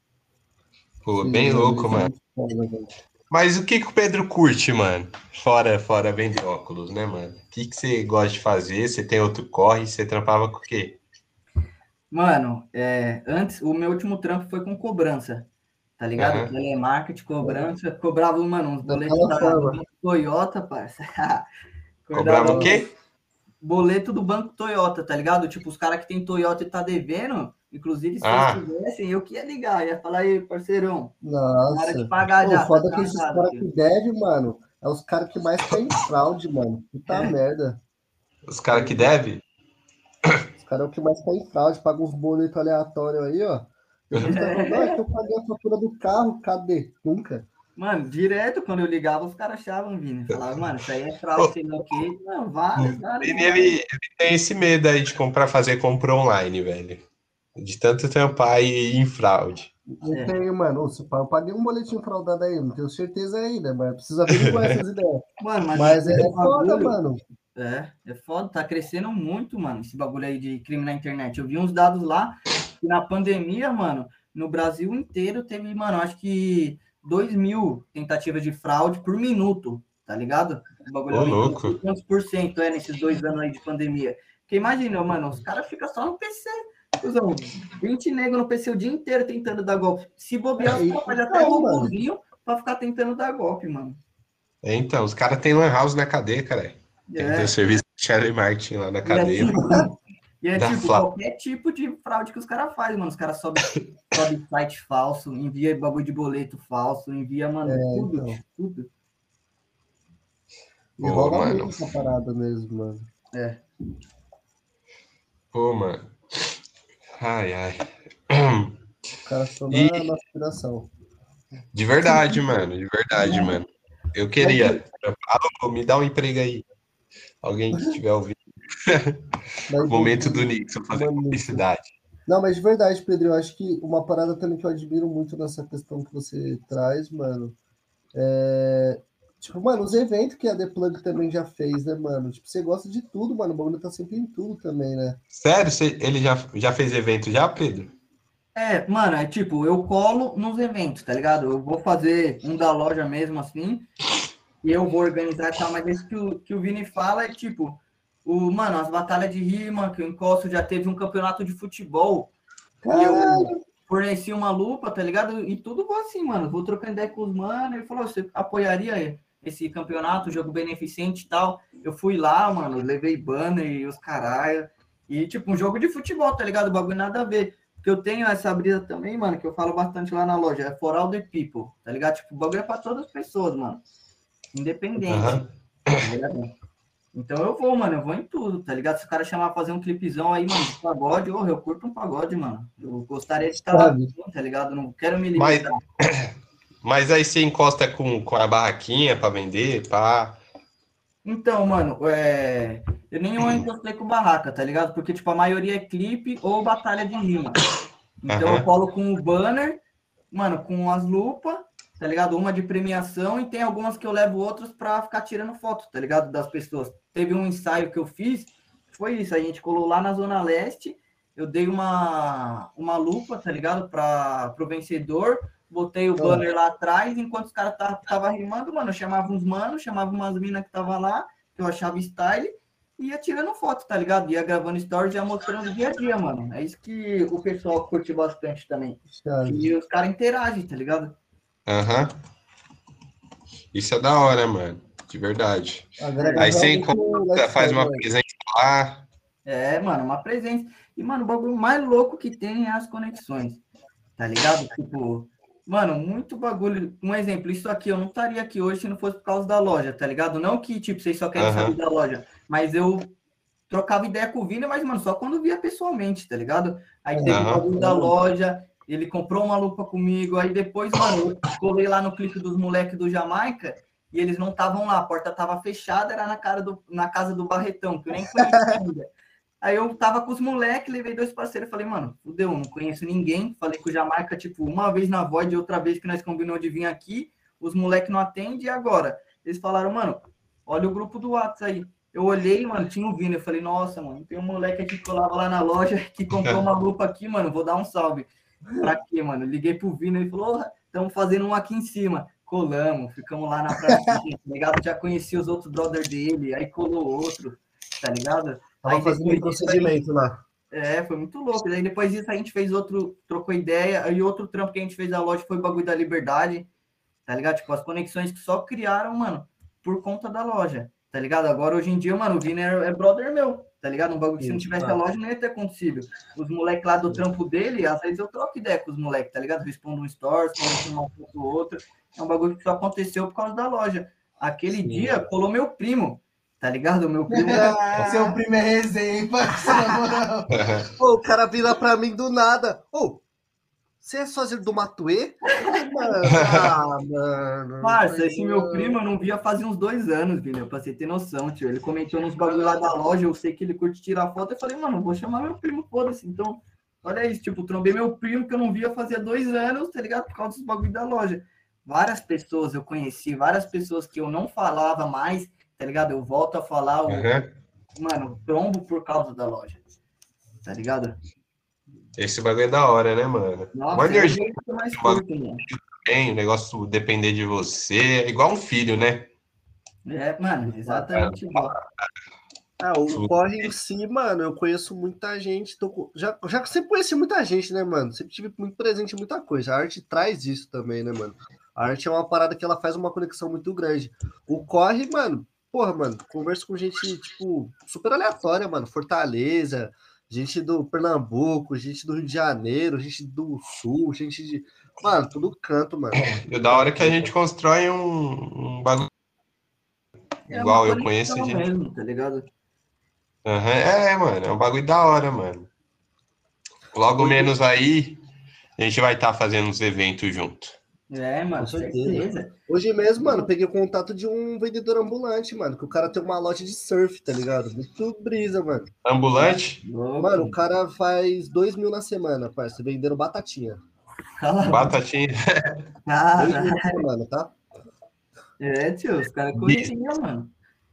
Speaker 1: Pô, bem louco, mano. Mas o que o Pedro curte, mano? Fora vender óculos, né, mano? O que você gosta de fazer? Você tem outro corre? Você trampava com o quê?
Speaker 3: Mano, antes, o meu último trampo foi com cobrança, tá ligado? Telemarketing, cobrança. Cobrava, mano, uns boletos do Toyota, parça.
Speaker 1: Cobrava o quê?
Speaker 3: Boleto do banco Toyota, tá ligado? Tipo, os caras que tem Toyota e tá devendo, inclusive, se eles tivessem, eu que ia ligar, ia falar, aí, parceirão,
Speaker 2: nossa,
Speaker 3: na hora de pagar já.
Speaker 2: Foda que esses caras que devem, mano, é os caras que mais caem em fraude, mano. Puta merda.
Speaker 1: Os caras que devem?
Speaker 2: Os caras é o que mais caem em fraude, pagam uns boletos aleatórios aí, ó. Depois tá falando, não, é que eu paguei a fatura do carro, cadê? Nunca.
Speaker 3: Mano, direto, quando eu ligava, os caras achavam, Vini. Falavam, mano, isso aí é fraude, sei lá o quê. Não, vale.
Speaker 1: Ele tem esse medo aí de fazer compra online, velho. De tanto tampar e ir em fraude.
Speaker 2: Não tenho, mano. Eu paguei um boletim fraudado aí, não tenho certeza ainda, mas precisa averiguar essas ideias.
Speaker 3: Mano,
Speaker 2: mas é foda, mano.
Speaker 3: É foda, tá crescendo muito, mano, esse bagulho aí de crime na internet. Eu vi uns dados lá, que na pandemia, mano, no Brasil inteiro teve, mano, acho que 2.000 tentativas de fraude por minuto, tá ligado? O bagulho
Speaker 1: louco.
Speaker 3: Quantos por cento nesses 2 anos aí de pandemia? Porque imagina, mano, os caras ficam só no PC. 20 negros no PC o dia inteiro tentando dar golpe. Se bobear, os caras fazem até robôzinho pra ficar tentando dar golpe, mano.
Speaker 1: Então, os caras têm lan house na cadeia, cara. Tem o serviço de telemarketing lá na cadeia.
Speaker 3: E é tipo, qualquer tipo de fraude que os caras fazem, mano. Os caras sobem site falso, envia bagulho de boleto falso, envia, mano, tudo.
Speaker 2: E rola muito essa parada mesmo, mano.
Speaker 1: Pô, mano. Ai.
Speaker 2: O cara só na aspiração.
Speaker 1: De verdade, mano. Eu queria. Me dá um emprego aí. Alguém que estiver ouvindo. Momento do Nixon fazer publicidade.
Speaker 2: Não, mas de verdade, Pedro, eu acho que uma parada também que eu admiro muito nessa questão que você traz, mano, tipo, mano, os eventos que a The Plug também já fez, né, mano? Tipo, você gosta de tudo, mano. O bagulho tá sempre em tudo também, né?
Speaker 1: Sério? Ele já fez evento já, Pedro?
Speaker 3: Mano, é tipo, eu colo nos eventos, tá ligado? Eu vou fazer um da loja mesmo, assim, e eu vou organizar e tal, mas isso que o Vini fala é tipo, mano, as batalhas de rima que eu encosto, já teve um campeonato de futebol, e eu forneci uma lupa, tá ligado? E tudo vou assim, mano, vou trocando ideia com os mano, ele falou, você apoiaria esse campeonato, jogo beneficente e tal? Eu fui lá, mano, levei banner e os caralho, e tipo, um jogo de futebol, tá ligado? O bagulho nada a ver. Porque eu tenho essa brisa também, mano, que eu falo bastante lá na loja, é for all the people, tá ligado? Tipo, o bagulho é pra todas as pessoas, mano. Independente, tá ligado? Então eu vou em tudo, tá ligado? Se o cara chamar pra fazer um clipezão aí, mano, de pagode, eu curto um pagode, mano. Eu gostaria de estar lá, tá ligado? Não quero me limitar.
Speaker 1: Mas aí você encosta com a barraquinha pra vender, pá...
Speaker 3: Então, mano, eu nenhuma encostei com barraca, tá ligado? Porque, tipo, a maioria é clipe ou batalha de rima. Então eu colo com o banner, mano, com as lupas, tá ligado? Uma de premiação e tem algumas que eu levo outras pra ficar tirando foto, tá ligado? Das pessoas. Teve um ensaio que eu fiz, foi isso, a gente colou lá na Zona Leste, eu dei uma lupa, tá ligado? Pro vencedor, botei o banner lá atrás, enquanto os caras tava rimando, mano, eu chamava uns manos, chamava umas minas que tava lá, que eu achava style, e ia tirando foto, tá ligado? Ia gravando stories, ia mostrando o dia a dia, mano. É isso que o pessoal curte bastante também. E os caras interagem, tá ligado?
Speaker 1: Aham. Isso é da hora, mano. De verdade.
Speaker 2: Agrega
Speaker 1: Aí você
Speaker 2: realmente
Speaker 1: encontra,
Speaker 2: no
Speaker 1: faz
Speaker 2: lifestyle,
Speaker 1: uma
Speaker 2: né?
Speaker 1: presença lá.
Speaker 3: É, mano, uma presença. E, mano, o bagulho mais louco que tem é as conexões, tá ligado? Tipo, mano, muito bagulho. Um exemplo, isso aqui, eu não estaria aqui hoje se não fosse por causa da loja, tá ligado? Não que, tipo, vocês só querem saber
Speaker 1: Aham.
Speaker 3: da loja, mas eu trocava ideia com o Vini, mas, mano, só quando via pessoalmente, tá ligado? Aí teve o
Speaker 1: Aham.
Speaker 3: bagulho da loja, ele comprou uma lupa comigo, aí depois, mano, eu colei lá no clipe dos moleques do Jamaica e eles não estavam lá, a porta tava fechada, era na casa do Barretão, que eu nem conhecia ainda. Aí eu tava com os moleques, levei 2 parceiros, falei, mano, fudeu, não conheço ninguém. Falei com o Jamaica, tipo, uma vez na Void, outra vez que nós combinamos de vir aqui, os moleques não atendem, e agora? Eles falaram, mano, olha o grupo do WhatsApp aí. Eu olhei, mano, tinha o Vini, eu falei, nossa, mano, tem um moleque aqui que colava lá na loja, que comprou uma lupa aqui, mano, vou dar um salve. Pra quê, mano? Liguei pro Vini, ele falou, estamos fazendo um aqui em cima. Colamos, ficamos lá na pracinha, tá ligado? Já conheci os outros brothers dele, aí colou outro, tá ligado?
Speaker 2: Tava
Speaker 3: Aí
Speaker 2: fazendo um
Speaker 3: depois disso aí,
Speaker 2: procedimento lá.
Speaker 3: foi muito louco. Daí depois disso a gente fez outro, trocou ideia, aí outro trampo que a gente fez da loja foi o bagulho da Liberdade, tá ligado? Tipo, as conexões que só criaram, mano, por conta da loja, tá ligado? Agora, hoje em dia, mano, o Vini é brother meu, tá ligado? Um bagulho que se não tivesse a loja não ia ter acontecido. Os moleques lá do trampo dele, às vezes eu troco ideia com os moleques, tá ligado? Respondo um stories, converso um com o outro. É um bagulho que só aconteceu por causa da loja. Aquele dia, colou meu primo, tá ligado? O meu primo...
Speaker 4: Seu primo é resenha, hein, parceiro, na moral.
Speaker 2: Pô, o cara vira pra mim do nada. Ô, você é sócio do Matuê? Mano.
Speaker 3: Parça, esse meu primo eu não via fazia uns 2 anos, Vini, pra você ter noção, tio. Ele comentou nos bagulho lá da loja, eu sei que ele curte tirar foto. Eu falei, mano, vou chamar meu primo, foda-se. Então, olha isso, tipo, trombei meu primo que eu não via fazia 2 anos, tá ligado? Por causa dos bagulho da loja. Várias pessoas eu conheci, várias pessoas que eu não falava mais, tá ligado? Eu volto a falar,
Speaker 1: Aham.
Speaker 3: mano, trombo por causa da loja, tá ligado?
Speaker 1: Esse bagulho é da hora, né, mano? Uma
Speaker 3: Nossa, é o
Speaker 1: energia
Speaker 3: jeito que eu mais
Speaker 1: um bagulho
Speaker 3: curto, mano.
Speaker 1: tem, o negócio depender de você. É igual um filho, né?
Speaker 3: É, mano, exatamente igual.
Speaker 2: O corre em si, mano, eu conheço muita gente. Já sempre conheci muita gente, né, mano? Sempre tive muito presente em muita coisa. A arte traz isso também, né, mano? A arte é uma parada que ela faz uma conexão muito grande. O corre, mano, porra, mano, converso com gente, tipo, super aleatória, mano. Fortaleza, gente do Pernambuco, gente do Rio de Janeiro, gente do Sul, gente de. Mano, tudo canto, mano.
Speaker 1: E da hora que a gente constrói um bagulho
Speaker 3: É uma
Speaker 1: igual eu conheço,
Speaker 3: conexão
Speaker 1: gente.
Speaker 3: mesmo, tá ligado?
Speaker 1: Aham. É, mano, é um bagulho da hora, mano. Logo menos aí, a gente vai estar fazendo uns eventos junto.
Speaker 3: É,
Speaker 2: Com
Speaker 3: mano,
Speaker 2: certeza.
Speaker 3: certeza.
Speaker 2: Hoje mesmo, mano, peguei o contato de um vendedor ambulante, mano, que o cara tem uma loja de surf, tá ligado? Muito brisa, mano.
Speaker 1: Ambulante,
Speaker 3: Louco.
Speaker 2: Mano, o cara faz 2 mil na semana, parça, vendendo batatinha.
Speaker 3: Cala a boca.
Speaker 1: batatinha.
Speaker 2: 2 mil
Speaker 3: Cara,
Speaker 2: na semana, tá?
Speaker 3: tio, os caras correriam, mano.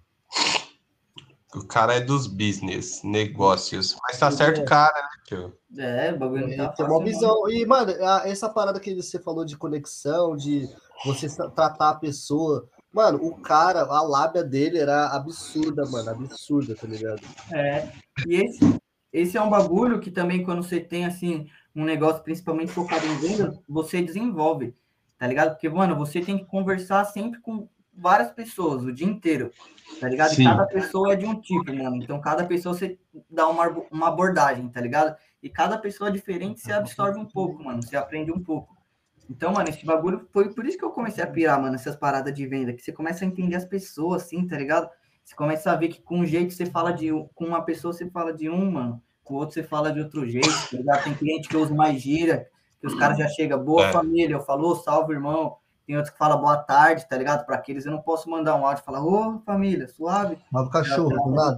Speaker 1: O cara é dos business, negócios. Mas tá certo o cara, né, tio?
Speaker 3: O bagulho não tá
Speaker 2: Tem uma
Speaker 3: fácil,
Speaker 2: visão. E, mano, essa parada que você falou de conexão, de você tratar a pessoa. Mano, o cara, a lábia dele era absurda, mano. Absurda, tá ligado?
Speaker 3: E esse é um bagulho que também, quando você tem, assim, um negócio principalmente focado em vendas, você desenvolve, tá ligado? Porque, mano, você tem que conversar sempre com várias pessoas o dia inteiro, tá ligado? E
Speaker 1: Sim.
Speaker 3: cada pessoa é de um tipo, mano. Então, cada pessoa você dá uma abordagem, tá ligado? E cada pessoa diferente você absorve um pouco, mano. Você aprende um pouco. Então, mano, esse bagulho foi por isso que eu comecei a pirar, mano, essas paradas de venda, que você começa a entender as pessoas, assim, tá ligado? Você começa a ver que com um jeito você fala com uma pessoa você fala de um, mano, com o outro você fala de outro jeito, tá ligado? Tem cliente que usa mais gíria, que os caras já chegam, boa família, eu falo, salve, irmão. Tem outros que falam boa tarde, tá ligado? Para aqueles eu não posso mandar um áudio e falar, ô, família, suave.
Speaker 2: Lava o cachorro, do nada.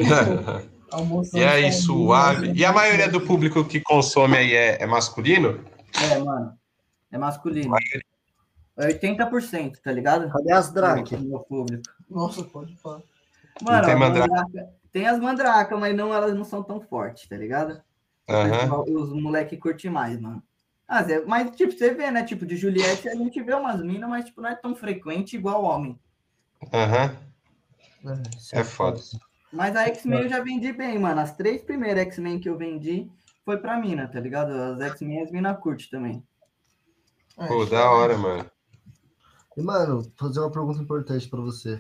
Speaker 1: E aí, suave. E a maioria do público que consome aí é masculino?
Speaker 3: Mano, é masculino. É 80%, tá ligado?
Speaker 2: Cadê as drag?
Speaker 3: Meu público.
Speaker 4: Nossa, pode falar.
Speaker 3: Mano,
Speaker 1: tem
Speaker 3: tem as mandracas, mas não, elas não são tão fortes, tá ligado? Os moleque curtem mais, mano. Mas, tipo, você vê, né? Tipo, de Juliette a gente vê umas minas, mas, tipo, não é tão frequente igual homem.
Speaker 1: É foda.
Speaker 3: Mas a X-Men eu já vendi bem, mano. As 3 primeiras X-Men que eu vendi foi pra mina, tá ligado? As X-Men as mina curte também.
Speaker 1: Pô, da hora, mano.
Speaker 2: E, mano, vou fazer uma pergunta importante pra você.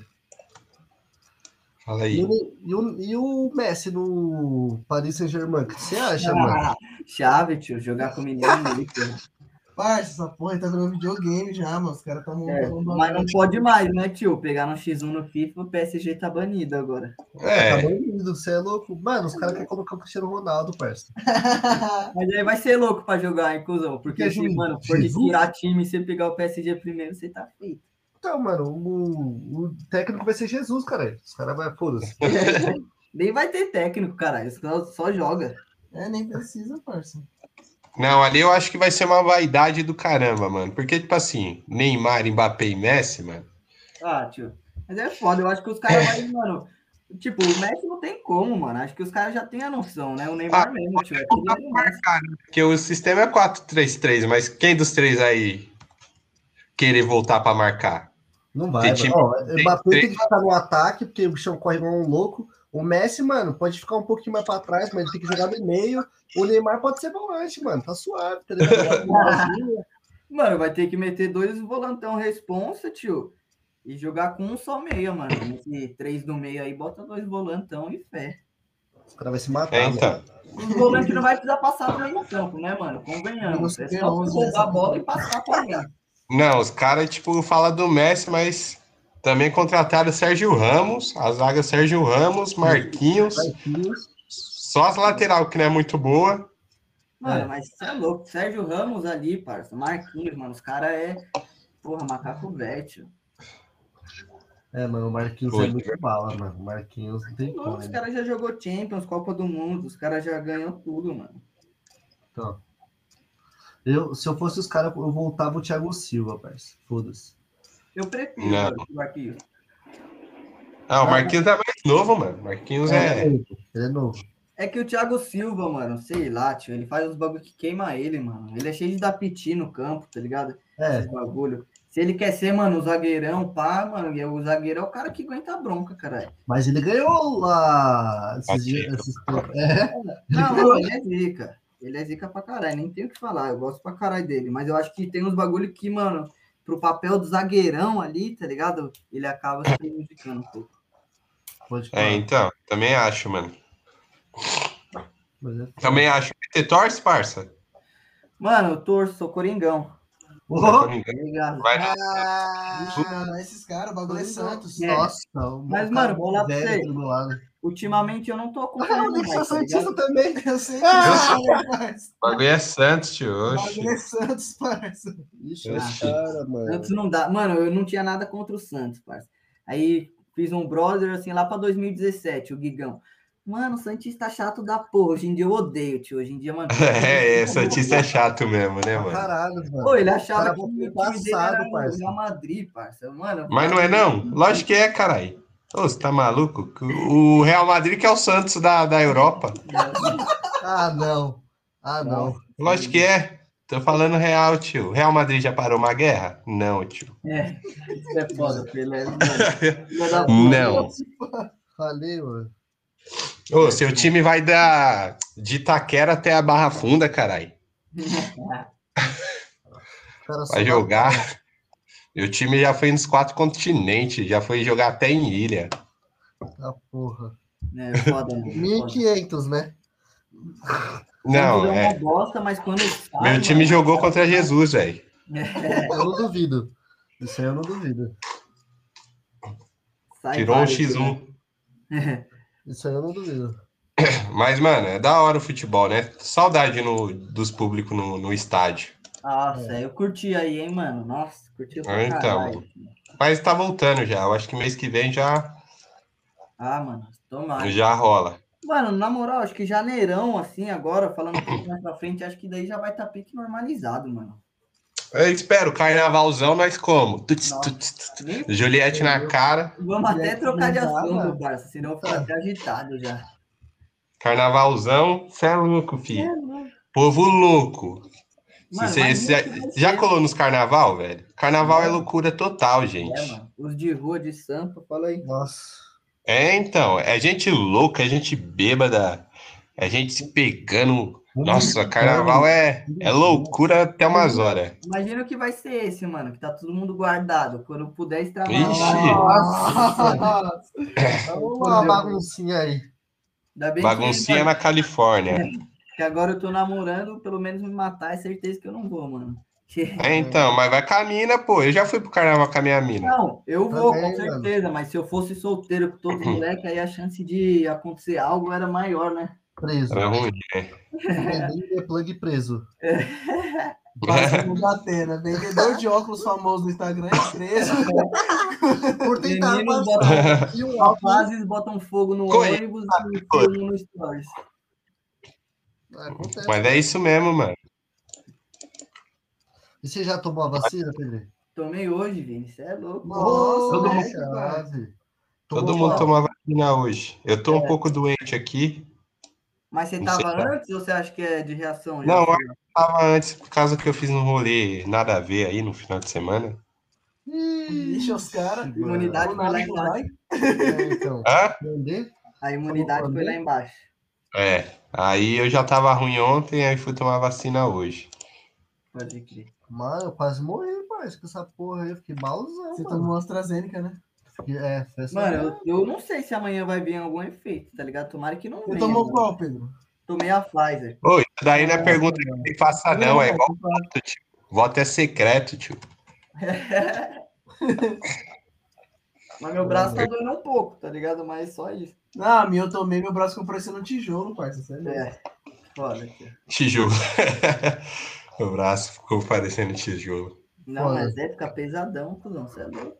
Speaker 1: Fala aí.
Speaker 2: E o Messi no Paris Saint-Germain? O que você acha, mano?
Speaker 3: Chave, tio. Jogar com o menino é muito.
Speaker 4: Parça, essa porra aí tá virando videogame já, mano. Os caras estão montando um
Speaker 3: Mas não
Speaker 4: bagulho.
Speaker 3: pode mais, né, tio? Pegar no X1 no FIFA, o PSG tá banido agora.
Speaker 2: Tá
Speaker 1: É,
Speaker 2: banido, você é louco. Mano, os caras querem colocar o Cristiano Ronaldo, parça.
Speaker 3: Mas aí vai ser louco pra jogar, hein, cuzão? Porque
Speaker 2: Que
Speaker 3: se,
Speaker 2: juiz?
Speaker 3: mano, for de
Speaker 2: Jesus?
Speaker 3: tirar time e você pegar o PSG primeiro, você tá feito.
Speaker 2: Então, mano, o técnico vai ser Jesus, cara. Os caras vão, foda-se.
Speaker 3: Nem vai ter técnico, caralho. Só joga.
Speaker 4: Nem precisa, parça.
Speaker 1: não, ali eu acho que vai ser uma vaidade do caramba, mano. Porque, tipo assim, Neymar, Mbappé e Messi, mano.
Speaker 3: Ah, tio. Mas é foda. Eu acho que os caras vão, mano. Tipo, o Messi não tem como, mano. Acho que os caras já têm a noção, né? O Neymar mesmo, tio. É tudo do Messi.
Speaker 1: Porque o sistema é 4-3-3, mas quem dos três aí querer voltar pra marcar?
Speaker 2: Não
Speaker 1: Tem
Speaker 2: vai,
Speaker 1: time
Speaker 2: mano. Ó, o
Speaker 1: tem
Speaker 2: Mbappé
Speaker 1: três-
Speaker 2: tem que ficar no ataque, porque o bichão corre igual um louco. O Messi, mano, pode ficar um pouquinho mais pra trás, mas ele tem que jogar no meio. O Neymar pode ser volante, mano. Tá suave, tá ligado? Jogar com boazinha.
Speaker 3: Mano, vai ter que meter 2 volantão responsa, tio. E jogar com um só meia, mano. Nesse 3 do meio aí, bota 2 volantão e fé.
Speaker 2: Os caras vão se matar,
Speaker 1: É,
Speaker 2: mano.
Speaker 1: então.
Speaker 3: Os volantes não vai precisar passar no meio campo, né, mano? Convenhamos. É só você roubar a bola e passar pra alguém.
Speaker 1: Não, os caras, tipo, falam do Messi, mas também contrataram Sérgio Ramos, a zaga Sérgio Ramos, Marquinhos,
Speaker 2: Marquinhos.
Speaker 1: só as lateral que não é muito boa.
Speaker 3: Mano, mas você é louco. Sérgio Ramos ali, parça. Marquinhos, mano. Os caras porra, macaco velho, tio.
Speaker 2: Mano, o Marquinhos
Speaker 1: Foi.
Speaker 2: é muito bala, mano. O Marquinhos não tem como.
Speaker 3: Os caras já jogou Champions, Copa do Mundo. Os caras já ganhou tudo, mano.
Speaker 2: Então, se eu fosse os caras, eu voltava o Thiago Silva, parceiro. Foda-se.
Speaker 3: Eu prefiro,
Speaker 1: Não.
Speaker 3: mano, o Marquinhos.
Speaker 1: Ah, o Marquinhos é mais novo, mano. Marquinhos
Speaker 2: Ele é novo.
Speaker 3: É que o Thiago Silva, mano, sei lá, tio, ele faz uns bagulho que queima ele, mano. Ele é cheio de dar piti no campo, tá ligado? Esses bagulho. Se ele quer ser, mano, o zagueirão, pá, mano, e o zagueirão é o cara que aguenta a bronca, caralho.
Speaker 2: Mas ele ganhou lá esses dias.
Speaker 3: Não, ele é zica. Ele é zica pra caralho, nem tenho o que falar. Eu gosto pra caralho dele. Mas eu acho que tem uns bagulho que, mano, pro papel do zagueirão ali, tá ligado? Ele acaba se prejudicando um pouco.
Speaker 2: Pode falar.
Speaker 1: então, também acho, mano.
Speaker 2: Mas
Speaker 1: Também acho. Você torce, parça?
Speaker 3: Mano, eu torço, sou coringão. Obrigado.
Speaker 1: Vai
Speaker 4: Não, esses caras, o bagulho é Santos.
Speaker 2: Nossa,
Speaker 3: Mas, mano, vou lá pra você.
Speaker 2: do meu lado.
Speaker 3: Ultimamente eu não tô
Speaker 2: Eu
Speaker 3: acompanhando
Speaker 2: nem sou
Speaker 3: mais, tá
Speaker 2: santista
Speaker 3: ligado?
Speaker 2: também.
Speaker 4: Eu sei
Speaker 1: O bagulho é Santos, tio.
Speaker 4: O
Speaker 1: Oxi.
Speaker 4: bagulho é Santos, parça.
Speaker 2: Ixi,
Speaker 1: Oxi.
Speaker 2: cara, mano.
Speaker 3: Santos não dá. Mano, eu não tinha nada contra o Santos, parça. Aí fiz um brother, assim, lá pra 2017, o Guigão. Mano, o Santista chato da porra. Hoje em dia eu odeio, tio. Hoje em dia, mano.
Speaker 1: Santista é chato mesmo, né, mano?
Speaker 2: Caralho, mano.
Speaker 3: Pô, ele achava
Speaker 2: Cara,
Speaker 3: que o
Speaker 2: vou
Speaker 3: time dele era
Speaker 2: passado,
Speaker 3: o
Speaker 2: parça.
Speaker 3: Real Madrid, parça. Mano,
Speaker 1: Mas não é não? Lógico que é, caralho. Ô, você tá maluco? O Real Madrid que é o Santos da Europa.
Speaker 2: Ah, não. Ah, não.
Speaker 1: Lógico que é. Tô falando real, tio. Real Madrid já parou uma guerra? Não, tio.
Speaker 3: Isso é foda, Pelé.
Speaker 1: Não.
Speaker 2: Falei, mano.
Speaker 1: Ô, seu time vai de Itaquera até a Barra Funda, caralho. Vai jogar. Meu time já foi nos 4 continentes, já foi jogar até em ilha.
Speaker 2: Ah, porra.
Speaker 3: É foda, mano.
Speaker 2: 1.500, né?
Speaker 1: Não,
Speaker 3: é uma bosta, mas quando sai,
Speaker 1: meu time jogou contra Jesus, velho.
Speaker 2: Eu não duvido. Isso aí eu não duvido.
Speaker 1: Tirou um X1.
Speaker 2: Isso aí eu não duvido.
Speaker 1: Mas, mano, é da hora o futebol, né? Saudade dos públicos no estádio.
Speaker 3: Nossa, eu curti aí, hein, mano. Nossa, curti pra
Speaker 1: Então,
Speaker 3: caralho.
Speaker 1: mas tá voltando já. Eu acho que mês que vem já
Speaker 3: Mano, tomara.
Speaker 1: já rola.
Speaker 3: Mano, na moral, acho que janeirão, assim, agora, falando um pouco mais pra frente, acho que daí já vai estar pique normalizado, mano.
Speaker 1: Eu espero, carnavalzão, nós como?
Speaker 3: Nem
Speaker 1: Juliette na cara.
Speaker 3: vamos até trocar de
Speaker 2: não dá,
Speaker 3: assunto,
Speaker 2: mano.
Speaker 3: parça, senão eu fico até agitado já.
Speaker 1: Carnavalzão, cê é louco, filho. Povo louco.
Speaker 3: Mano,
Speaker 1: Você
Speaker 3: mas
Speaker 1: já colou nos carnaval, velho? Carnaval é loucura total, gente.
Speaker 3: mano. Os de rua, de Sampa, fala aí.
Speaker 2: Nossa.
Speaker 1: Então, é gente louca, é gente bêbada, é gente se pegando. Nossa, carnaval é loucura até umas horas.
Speaker 3: Imagina o que vai ser esse, mano, que tá todo mundo guardado. Quando puder extravasar.
Speaker 1: Ixi,
Speaker 4: Nossa!
Speaker 2: Vamos lá, baguncinha aí.
Speaker 3: Ainda bem
Speaker 1: baguncinha na Califórnia.
Speaker 3: que agora eu tô namorando, pelo menos me matar, é certeza que eu não vou, mano.
Speaker 1: Então, mas vai com a mina, pô. Eu já fui pro carnaval com a minha mina.
Speaker 3: Não, eu vou, com
Speaker 2: Também,
Speaker 3: certeza, mas se eu fosse solteiro com todos os moleques, aí a chance de acontecer algo era maior, né?
Speaker 2: Preso.
Speaker 1: Era ruim, né?
Speaker 2: Vendendo plug preso.
Speaker 4: Vacilo da Atena, vendedor de óculos famoso do Instagram é preso.
Speaker 2: Por tentar
Speaker 3: Meninos
Speaker 2: passar e um álcool.
Speaker 3: rapazes botam fogo no
Speaker 1: Conheço.
Speaker 3: ônibus e filmam no stories.
Speaker 2: Acontece.
Speaker 1: Mas é isso mesmo, mano.
Speaker 2: E você já tomou a vacina, Pedro?
Speaker 3: Tomei hoje, Vini, você é louco.
Speaker 4: Nossa,
Speaker 1: Todo
Speaker 4: né,
Speaker 1: mundo-
Speaker 4: cara?
Speaker 1: Todo mundo toma vacina hoje. Eu tô um pouco doente aqui.
Speaker 3: Mas você
Speaker 1: Não sei,
Speaker 3: tava
Speaker 1: tá?
Speaker 3: antes ou você acha que é de reação? Já?
Speaker 1: Não, eu tava antes por causa que eu fiz um rolê nada a ver aí no final de semana.
Speaker 4: Deixa os caras.
Speaker 3: Imunidade foi lá embaixo.
Speaker 2: Então,
Speaker 1: Hã?
Speaker 2: entender?
Speaker 3: A imunidade foi lá embaixo.
Speaker 1: Aí eu já tava ruim ontem, aí fui tomar vacina hoje.
Speaker 3: Pode crer.
Speaker 2: Mano, eu quase morri, parceiro, com essa porra aí. Eu fiquei malzão,
Speaker 4: Você
Speaker 2: mano.
Speaker 4: tomou AstraZeneca, né?
Speaker 2: Foi essa
Speaker 3: Mano, eu não sei se amanhã vai vir algum efeito, tá ligado? Tomara que não
Speaker 4: Você
Speaker 3: venha.
Speaker 4: tomou
Speaker 3: mano.
Speaker 4: qual, Pedro?
Speaker 3: Tomei a Pfizer.
Speaker 1: Ô, isso daí não é pergunta que tem que passar, não. É igual
Speaker 4: Não,
Speaker 1: voto, tio. Voto é secreto, tio.
Speaker 3: Mas meu braço tá doendo um pouco, tá ligado? Mas só isso.
Speaker 4: a minha eu tomei, meu braço ficou parecendo um tijolo, parça. Sério.
Speaker 3: É. Foda aqui.
Speaker 1: Tijolo. O braço ficou parecendo tijolo.
Speaker 3: Não,
Speaker 2: Foda.
Speaker 3: mas fica pesadão, cuzão. Você é louco.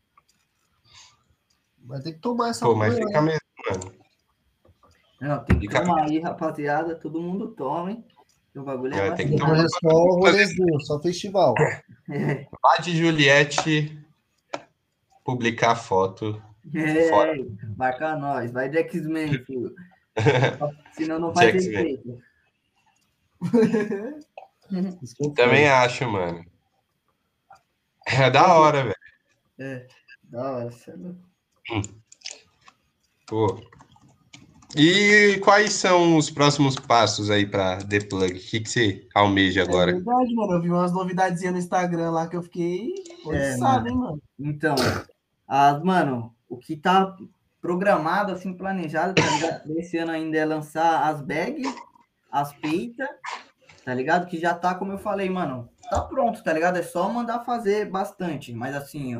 Speaker 2: Vai ter que tomar essa
Speaker 1: Pô, mas
Speaker 2: porra,
Speaker 1: fica
Speaker 2: né?
Speaker 1: mesmo, mano.
Speaker 3: Não, tem que
Speaker 1: Fica-
Speaker 3: tomar aí, rapaziada. Todo mundo tome. Que o bagulho é
Speaker 1: Tem que
Speaker 3: vacina.
Speaker 2: Depois é só rolezinho, só festival.
Speaker 1: Vá de Juliette publicar foto.
Speaker 3: É, marca nós. Vai de X-Men, filho. Senão não faz
Speaker 1: De X-Men.
Speaker 3: efeito.
Speaker 2: Isso que eu
Speaker 1: Também
Speaker 2: falo.
Speaker 1: acho, mano. É da hora, velho.
Speaker 3: Da hora, você é louco.
Speaker 1: Pô. E quais são os próximos passos aí pra The Plug? O que você almeja
Speaker 4: É
Speaker 1: agora?
Speaker 4: verdade, mano. Eu vi umas novidadezinhas no Instagram lá que eu fiquei. Sabe, hein, mano?
Speaker 3: Então, mano, o que tá programado, assim, planejado, tá ligado? Pra esse ano ainda é lançar as bags, as peitas, tá ligado? Que já tá, como eu falei, mano, tá pronto, tá ligado? É só mandar fazer bastante, mas assim,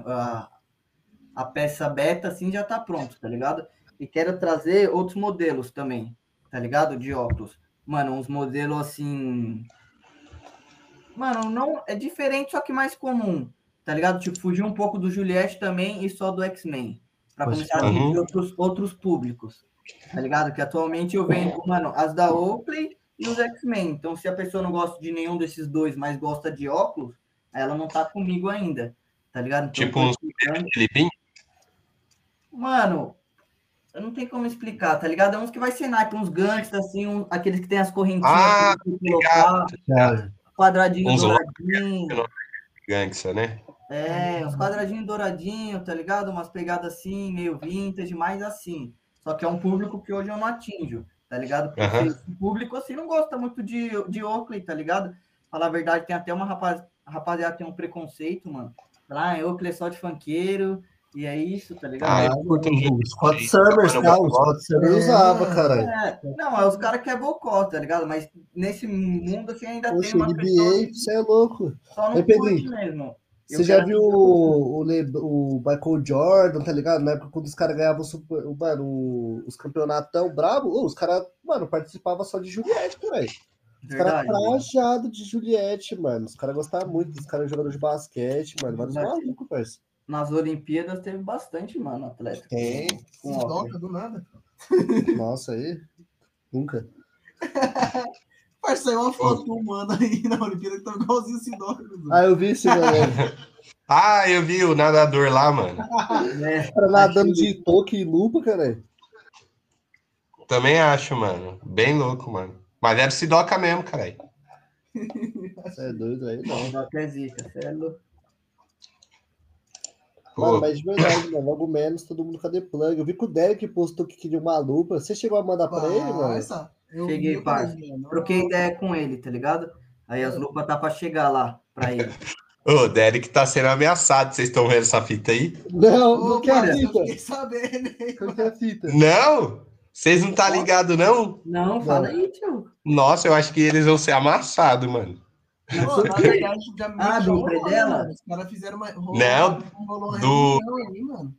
Speaker 3: a peça beta, assim, já tá pronto, tá ligado? E quero trazer outros modelos também, tá ligado? De óculos. Mano, uns modelos, assim... Mano, não é diferente, só que mais comum, tá ligado? Tipo, fugir um pouco do Juliette também e só do X-Men. Pra
Speaker 2: Pode
Speaker 3: começar a
Speaker 1: falar.
Speaker 3: atingir outros públicos, tá ligado? Que atualmente eu vendo, mano, as da Oakley e os X-Men. Então, se a pessoa não gosta de nenhum desses dois, mas gosta de óculos, ela não tá comigo ainda, tá ligado? Então,
Speaker 1: Tipo
Speaker 3: eu tô
Speaker 1: uns
Speaker 3: explicando.
Speaker 1: Filipim?
Speaker 3: Mano, eu não tenho como explicar, tá ligado? É uns que vai ser naipe, uns gangsters, assim, aqueles que tem as correntinhas pra você colocar,
Speaker 2: Cara,
Speaker 3: quadradinho
Speaker 1: Uns
Speaker 3: douradinho.
Speaker 1: Gangsta, né?
Speaker 3: Uns quadradinhos douradinhos, tá ligado? Umas pegadas assim, meio vintage, mais assim. Só que é um público que hoje eu não atinjo, tá ligado? Porque
Speaker 1: Aham.
Speaker 3: o público, assim, não gosta muito de Oakley, tá ligado? Falar a verdade, tem até uma rapaziada que tem um preconceito, mano. Lá, Oakley é só de funkeiro, e é isso, tá ligado?
Speaker 1: Eu curto
Speaker 2: o Scott Summers, tá? O Scott Summers usava, caralho.
Speaker 3: Não, é os caras que é bocó, tá ligado? Mas nesse mundo, assim, ainda
Speaker 2: Poxa,
Speaker 3: tem uma pessoa
Speaker 2: NBA, você é louco.
Speaker 3: só
Speaker 2: Ei,
Speaker 3: não
Speaker 2: Pedrinho,
Speaker 3: curte mesmo.
Speaker 2: Você já viu o Michael Jordan, tá ligado? Na época quando os caras ganhavam os campeonatão brabo, os caras, mano, participavam só de Juliette, velho. Os caras
Speaker 3: Verdade.
Speaker 2: trajados de Juliette, mano. Os caras gostavam muito, os caras jogadores de basquete, mano. Vários
Speaker 3: Mas-
Speaker 2: malucos, parceiro.
Speaker 3: Nas Olimpíadas teve bastante, mano, atleta.
Speaker 2: Tem.
Speaker 3: Com óculos.
Speaker 4: Sidoca do nada.
Speaker 2: Nossa, aí. Nunca.
Speaker 4: Parça, saiu uma foto humana aí na Olimpíada que tá igualzinho o Sidoca.
Speaker 2: Eu vi esse moleque.
Speaker 1: Eu vi o nadador lá, mano.
Speaker 2: Cara nadando de toque e lupa, cara.
Speaker 1: Também acho, mano. Bem louco, mano. Mas era Sidoca mesmo, caralho.
Speaker 2: Você é doido aí, não.
Speaker 3: Sidoca é zica, você é louco.
Speaker 2: Mano,
Speaker 1: Pô,
Speaker 2: mas de verdade, mano, logo menos todo mundo cadê plug? Eu vi que o Derek postou que queria uma lupa. Você chegou a mandar pra ele, mano?
Speaker 4: Parça, eu vi,
Speaker 3: Cheguei,
Speaker 4: eu falei,
Speaker 3: parça.
Speaker 4: mano,
Speaker 3: Troquei
Speaker 4: ó,
Speaker 3: ideia com ele, tá ligado? Aí as
Speaker 4: é.
Speaker 3: lupas tá pra chegar lá, pra ele.
Speaker 1: o Derek tá sendo ameaçado. Vocês estão vendo essa fita aí?
Speaker 2: Não, não
Speaker 4: Ô,
Speaker 2: quer
Speaker 4: parça, eu
Speaker 2: fita.
Speaker 4: fiquei sabendo, hein,
Speaker 2: Não
Speaker 4: mano.
Speaker 2: quer fita.
Speaker 1: Não? Vocês não tá ligado, não?
Speaker 3: Não, fala
Speaker 2: Não.
Speaker 3: aí, tio.
Speaker 1: Nossa, eu acho que eles vão ser amassados, mano.
Speaker 3: Mas
Speaker 4: Pô,
Speaker 3: por
Speaker 4: na
Speaker 3: quê?
Speaker 4: verdade,
Speaker 3: Ah,
Speaker 4: já
Speaker 3: do
Speaker 4: rolou, né,
Speaker 3: Predela?
Speaker 4: mano? Os caras fizeram uma.
Speaker 1: Não,
Speaker 4: Rolou uma
Speaker 1: do,
Speaker 4: reunião aí, mano.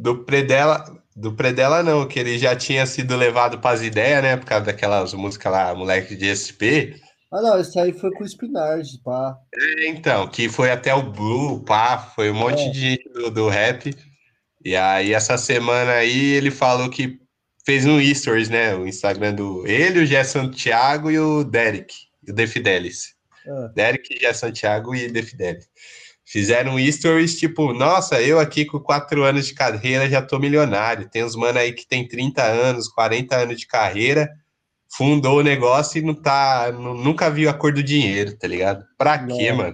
Speaker 1: do Predela não, que ele já tinha sido levado pras ideias, né? Por causa daquelas músicas lá, moleque de SP.
Speaker 2: Ah, não, esse aí foi com o Spinard, pá.
Speaker 1: Então, que foi até o Blue, pá, foi um monte
Speaker 2: É,
Speaker 1: de gente do rap. E aí, essa semana aí, ele falou que fez um stories, né? O Instagram do ele, o Gé Santiago e o Derek, e o The Fidelis.
Speaker 2: é.
Speaker 1: Derek, Gé Santiago e The Fidelis. Fizeram stories tipo, nossa, eu aqui com 4 anos de carreira já tô milionário. Tem uns mano aí que tem 30 anos, 40 anos de carreira, fundou o negócio e não tá, nunca viu a cor do dinheiro, tá ligado? Pra quê,
Speaker 2: Não.
Speaker 1: mano?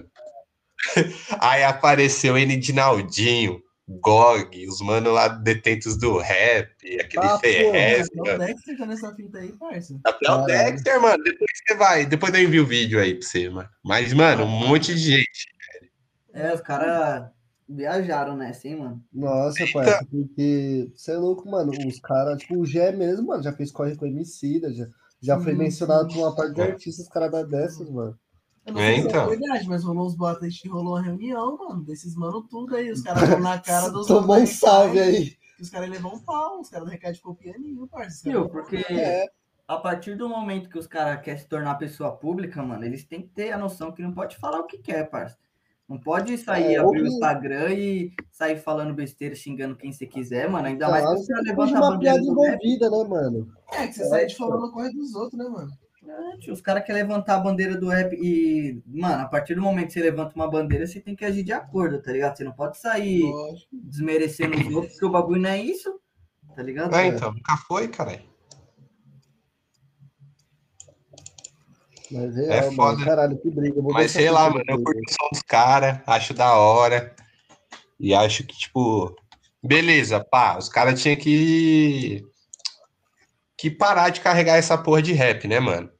Speaker 1: Aí apareceu Dinaldinho, GOG, os mano lá detentos do rap, aquele
Speaker 2: Ah, porra.
Speaker 1: Ferrez,
Speaker 4: Até o
Speaker 1: mano.
Speaker 4: Dexter tá nessa fita aí, parça.
Speaker 1: Até o
Speaker 2: Caralho.
Speaker 1: Dexter, mano. Depois você vai. Depois eu envio o vídeo aí pra você, mano. Mas, mano, um monte de gente.
Speaker 3: É, os caras viajaram nessa, hein, mano?
Speaker 2: Nossa,
Speaker 1: Então,
Speaker 2: parça, porque você é louco, mano. Os caras, tipo, o Gé mesmo, mano, já fez corre com o Emicida, já foi
Speaker 4: Sim,
Speaker 2: mencionado
Speaker 4: sim.
Speaker 2: por uma parte de artistas, cara dessas, mano.
Speaker 4: Eu não sei se é
Speaker 1: então.
Speaker 4: verdade, mas rolou uns boatos aí que rolou uma reunião, mano, desses mano tudo aí. Os caras vão na cara dos manos
Speaker 2: Tomou
Speaker 4: da
Speaker 2: um salve
Speaker 4: Recade,
Speaker 2: aí.
Speaker 4: que os caras levam um pau, os caras da Recade ficou pianinho, parça. Os caras
Speaker 3: Tio,
Speaker 4: não
Speaker 3: porque
Speaker 2: É,
Speaker 3: a partir do momento que os caras querem se tornar pessoa pública, mano, eles têm que ter a noção que não pode falar o que quer, parça. Não pode sair, abrir o
Speaker 2: ouve,
Speaker 3: Instagram e sair falando besteira, xingando quem você quiser, mano. Ainda
Speaker 2: então,
Speaker 3: mais
Speaker 2: a
Speaker 3: que
Speaker 2: não
Speaker 3: os
Speaker 2: ser
Speaker 3: caras
Speaker 2: que seja
Speaker 3: levantam a
Speaker 2: uma
Speaker 3: bandeira
Speaker 2: piada
Speaker 3: do rap.
Speaker 2: envolvida, né, mano?
Speaker 4: É, que você
Speaker 2: É,
Speaker 4: sai de
Speaker 2: então.
Speaker 4: falando corre dos outros, né, mano?
Speaker 3: Tio, os caras querem levantar a bandeira do rap e, mano, a partir do momento que você levanta uma bandeira, você tem que agir de acordo, tá ligado? Você não pode sair
Speaker 4: Lógico.
Speaker 3: desmerecendo os outros, porque o bagulho não é isso, tá ligado?
Speaker 1: É, então. Nunca foi, caralho.
Speaker 2: Mas
Speaker 1: É
Speaker 2: real, mano.
Speaker 1: foda.
Speaker 2: Caralho, que briga. Eu vou ver
Speaker 1: Mas
Speaker 2: essa
Speaker 1: sei lá,
Speaker 2: fita
Speaker 1: mano. Eu
Speaker 2: depois,
Speaker 1: curto
Speaker 2: velho.
Speaker 1: o som dos caras. Acho da hora. E acho que, tipo... Beleza, pá. Os caras tinham que parar de carregar essa porra de rap, né, mano?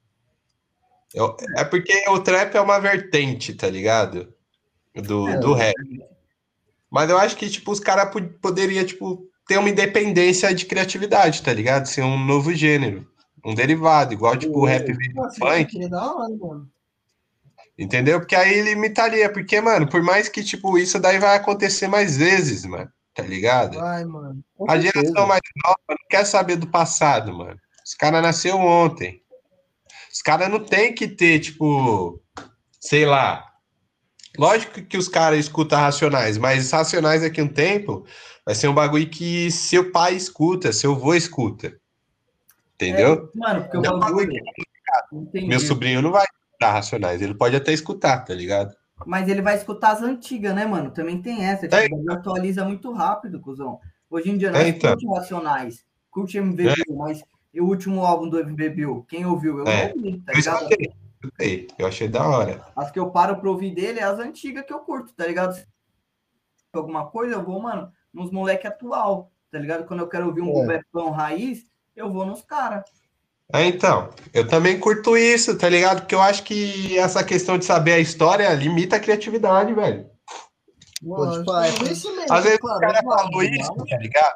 Speaker 1: É porque o trap é uma vertente, tá ligado?
Speaker 3: É,
Speaker 1: Do rap. Mas eu acho que, tipo, os caras poderiam, tipo, ter uma independência de criatividade, tá ligado? Ser um novo gênero, um derivado, igual, tipo, o rap veio do
Speaker 4: Nossa,
Speaker 1: funk,
Speaker 4: seria da hora, mano.
Speaker 1: entendeu? Porque aí limitaria, porque, mano, por mais que, tipo, isso daí vai acontecer mais vezes, mano, tá ligado?
Speaker 4: Vai, mano.
Speaker 2: Com
Speaker 1: A geração
Speaker 2: certeza.
Speaker 1: mais nova não quer saber do passado, mano. Os caras nasceu ontem. Os caras não tem que ter, tipo, sei lá. Lógico que os caras escutam Racionais, mas Racionais daqui a um tempo vai ser um bagulho que seu pai escuta, seu avô escuta.
Speaker 3: É,
Speaker 1: Entendeu?
Speaker 3: mano, porque o
Speaker 1: Não é um bagulho que
Speaker 3: bagulho,
Speaker 1: meu
Speaker 3: entendi.
Speaker 1: sobrinho não vai escutar Racionais, ele pode até escutar, tá ligado?
Speaker 3: Mas ele vai escutar as antigas, né, mano? Também tem essa, tipo,
Speaker 1: É,
Speaker 3: o bagulho atualiza muito rápido, cuzão. Hoje em dia nós
Speaker 1: então.
Speaker 3: curte Racionais, curte MV
Speaker 1: É,
Speaker 3: Bill, mas e o último álbum do MV Bill, quem ouviu? Eu não
Speaker 1: é.
Speaker 3: ouvi, tá
Speaker 1: Eu
Speaker 3: ligado?
Speaker 1: escutei, eu achei da hora.
Speaker 3: As que eu paro pra ouvir dele é as antigas que eu curto, tá ligado? Se alguma coisa, eu vou, mano, nos moleque atual, tá ligado? Quando eu quero ouvir um
Speaker 2: É.
Speaker 3: bobetão raiz, eu vou nos caras.
Speaker 1: É, então, eu também curto isso, tá ligado? Porque eu acho que essa questão de saber a história limita a criatividade, velho.
Speaker 2: Pode
Speaker 4: Lógico.
Speaker 2: falar.
Speaker 4: É isso mesmo,
Speaker 1: Às vezes o
Speaker 4: claro,
Speaker 1: cara
Speaker 4: é válido,
Speaker 1: falou isso,
Speaker 4: mas...
Speaker 1: tá ligado?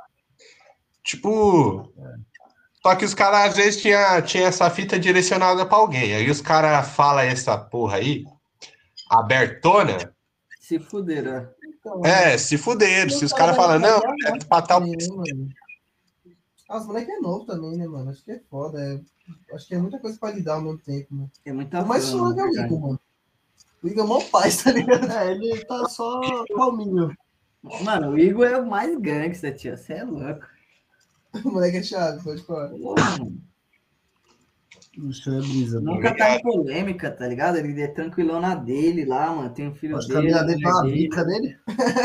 Speaker 1: Tipo, só que os caras às vezes tinha essa fita direcionada pra alguém. Aí os caras falam essa porra aí, abertona,
Speaker 3: Se fuderam.
Speaker 4: Então,
Speaker 1: se fuderam. Se
Speaker 4: os
Speaker 1: os
Speaker 4: caras
Speaker 1: caras
Speaker 4: da
Speaker 1: falam, não,
Speaker 4: Recade
Speaker 1: é
Speaker 4: avançam
Speaker 1: pra tal.
Speaker 4: também, né, mano? Ah, os moleques é novo também, né, mano? Acho que é foda. Acho que é muita coisa pra lidar ao mesmo tempo, né?
Speaker 3: É muita
Speaker 4: O mais
Speaker 3: fama,
Speaker 4: suave é o
Speaker 3: verdade.
Speaker 4: Igor, mano. O Igor é mó paz, tá ligado?
Speaker 2: É, ele tá só calminho.
Speaker 3: Mano, o Igor é o mais gangsta, tia. Você é louco.
Speaker 4: O moleque é chave, pode falar.
Speaker 3: Porra, mano.
Speaker 2: Isso é brisa, mano.
Speaker 3: Nunca tá em polêmica, tá ligado? Ele é tranquilão na dele lá, mano. Tem um filho
Speaker 2: Acho que a
Speaker 3: dele,
Speaker 2: mina
Speaker 3: a
Speaker 2: dele tá
Speaker 3: mulher
Speaker 2: uma
Speaker 3: dele.
Speaker 2: bica nele.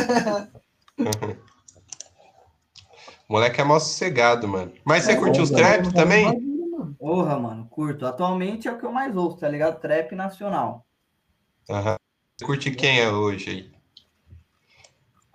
Speaker 1: O moleque é mal sossegado, mano. Mas você
Speaker 2: É,
Speaker 1: curte uns
Speaker 2: velho.
Speaker 1: trap também?
Speaker 3: Porra, mano, curto. Atualmente é o que eu mais ouço, tá ligado? Trap nacional.
Speaker 1: Aham. Você curte quem é hoje aí?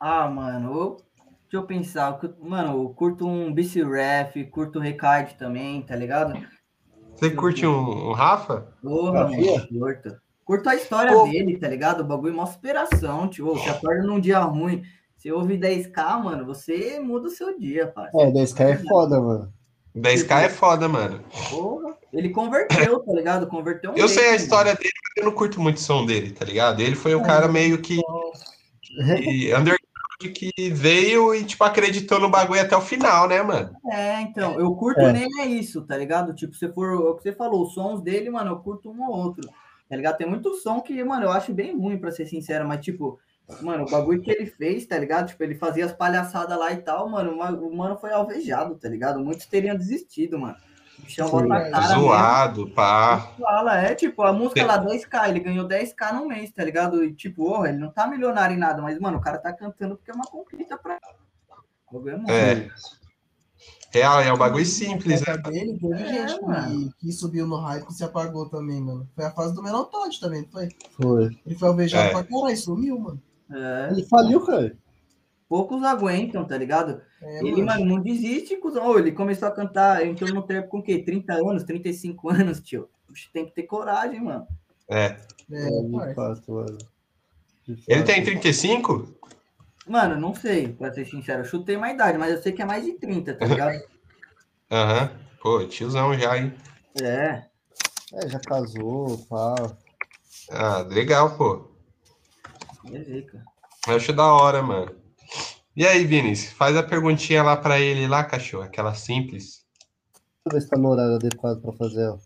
Speaker 3: Ah, mano, deixa eu pensar. Mano, eu curto um BC Ref, curto o Recard também, tá ligado?
Speaker 1: Você
Speaker 3: Deixa eu
Speaker 1: curte
Speaker 3: ver.
Speaker 1: um Rafa?
Speaker 3: Porra, mano,
Speaker 2: Rafinha?
Speaker 3: curto. Curto a história
Speaker 1: Pô,
Speaker 3: dele, tá ligado? O bagulho é uma superação, tio. Você acorda num dia ruim, você ouve 10K, mano, você muda o seu dia, parça.
Speaker 2: 10K é foda, mano.
Speaker 1: 10K é
Speaker 3: Tipo,
Speaker 1: foda, mano.
Speaker 3: porra, ele converteu, tá ligado? Converteu um
Speaker 1: Eu sei a
Speaker 3: game, mano.
Speaker 1: história dele, mas eu não curto muito o som dele, tá ligado? Ele foi um
Speaker 2: É,
Speaker 1: cara
Speaker 2: mano,
Speaker 1: meio que underground que veio e, tipo, acreditou no bagulho até o final, né, mano?
Speaker 3: É, então, eu curto
Speaker 2: é,
Speaker 3: nele é isso, tá ligado? Tipo, se for o que você falou, os sons dele, mano, eu curto um ou outro, tá ligado? Tem muito som que, mano, eu acho bem ruim, pra ser sincero, mas, tipo, mano, o bagulho que ele fez, tá ligado? Tipo, ele fazia as palhaçadas lá e tal, mano, o mano foi alvejado, tá ligado? Muitos teriam desistido, mano. O bichão
Speaker 4: Isso é
Speaker 3: bota
Speaker 2: sim.
Speaker 3: a
Speaker 4: verdade.
Speaker 3: cara mesmo
Speaker 1: Zoado,
Speaker 3: e
Speaker 1: pá.
Speaker 3: fala, é, tipo, a música lá,
Speaker 1: Te-
Speaker 3: 10K, ele ganhou 10K no mês, tá ligado? E, tipo, oh, ele não tá milionário em nada, mas, mano, o cara tá cantando porque é uma conquista pra... O bagulho é monstro.
Speaker 1: É,
Speaker 2: Sim.
Speaker 1: real, é um bagulho
Speaker 4: Inclusive, na
Speaker 1: simples, né?
Speaker 4: época dele, teve
Speaker 3: É,
Speaker 4: gente
Speaker 3: mano.
Speaker 4: que subiu no hype e se apagou também, mano. Foi a fase do Menor Todd também, não foi?
Speaker 2: Foi.
Speaker 4: Ele foi alvejado pra
Speaker 1: É,
Speaker 4: caralho e sumiu, mano.
Speaker 3: É.
Speaker 2: Ele faliu, cara.
Speaker 3: Poucos aguentam, tá ligado?
Speaker 4: É,
Speaker 3: Ele,
Speaker 4: mano.
Speaker 3: mano, não desiste, cuzão. Ô, ele começou a cantar, entrou no trap com o quê? 30 anos, 35 anos, tio. Oxe, tem que ter coragem, mano.
Speaker 1: é.
Speaker 4: É,
Speaker 2: De
Speaker 4: parça.
Speaker 2: fato, mano. De
Speaker 1: Ele tem
Speaker 2: fato.
Speaker 1: 35?
Speaker 3: Mano, não sei, pra ser sincero. Eu chutei uma idade, mas eu sei que é mais de 30, tá ligado?
Speaker 1: Aham. Pô, tiozão já, hein?
Speaker 3: É,
Speaker 2: Já casou, pá.
Speaker 1: Ah, legal, pô.
Speaker 3: é zica.
Speaker 1: Eu acho da hora, mano. E aí, Vinícius, faz a perguntinha lá pra ele lá, cachorro, aquela simples.
Speaker 2: Deixa eu ver se tá no horário adequado pra fazer ela.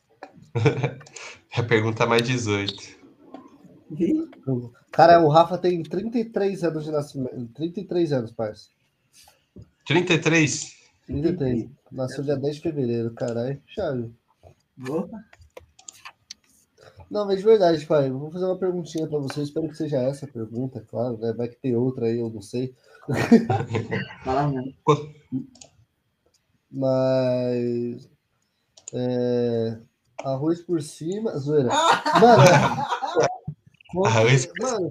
Speaker 1: A pergunta mais 18.
Speaker 2: Cara, o Rafa tem 33 anos de nascimento. 33 anos, parça.
Speaker 1: 33?
Speaker 2: 33.
Speaker 3: 33.
Speaker 2: Nasceu dia 10 de fevereiro, caralho. Chave.
Speaker 3: Opa,
Speaker 2: Não, mas de verdade, pai. Eu vou fazer uma perguntinha pra você. Espero que seja essa a pergunta, claro, né? Vai que tem outra aí, eu não sei.
Speaker 3: fala mesmo.
Speaker 1: Pô,
Speaker 2: Mas. Arroz por cima. Zoeira. Mano,
Speaker 1: arroz.
Speaker 2: mano,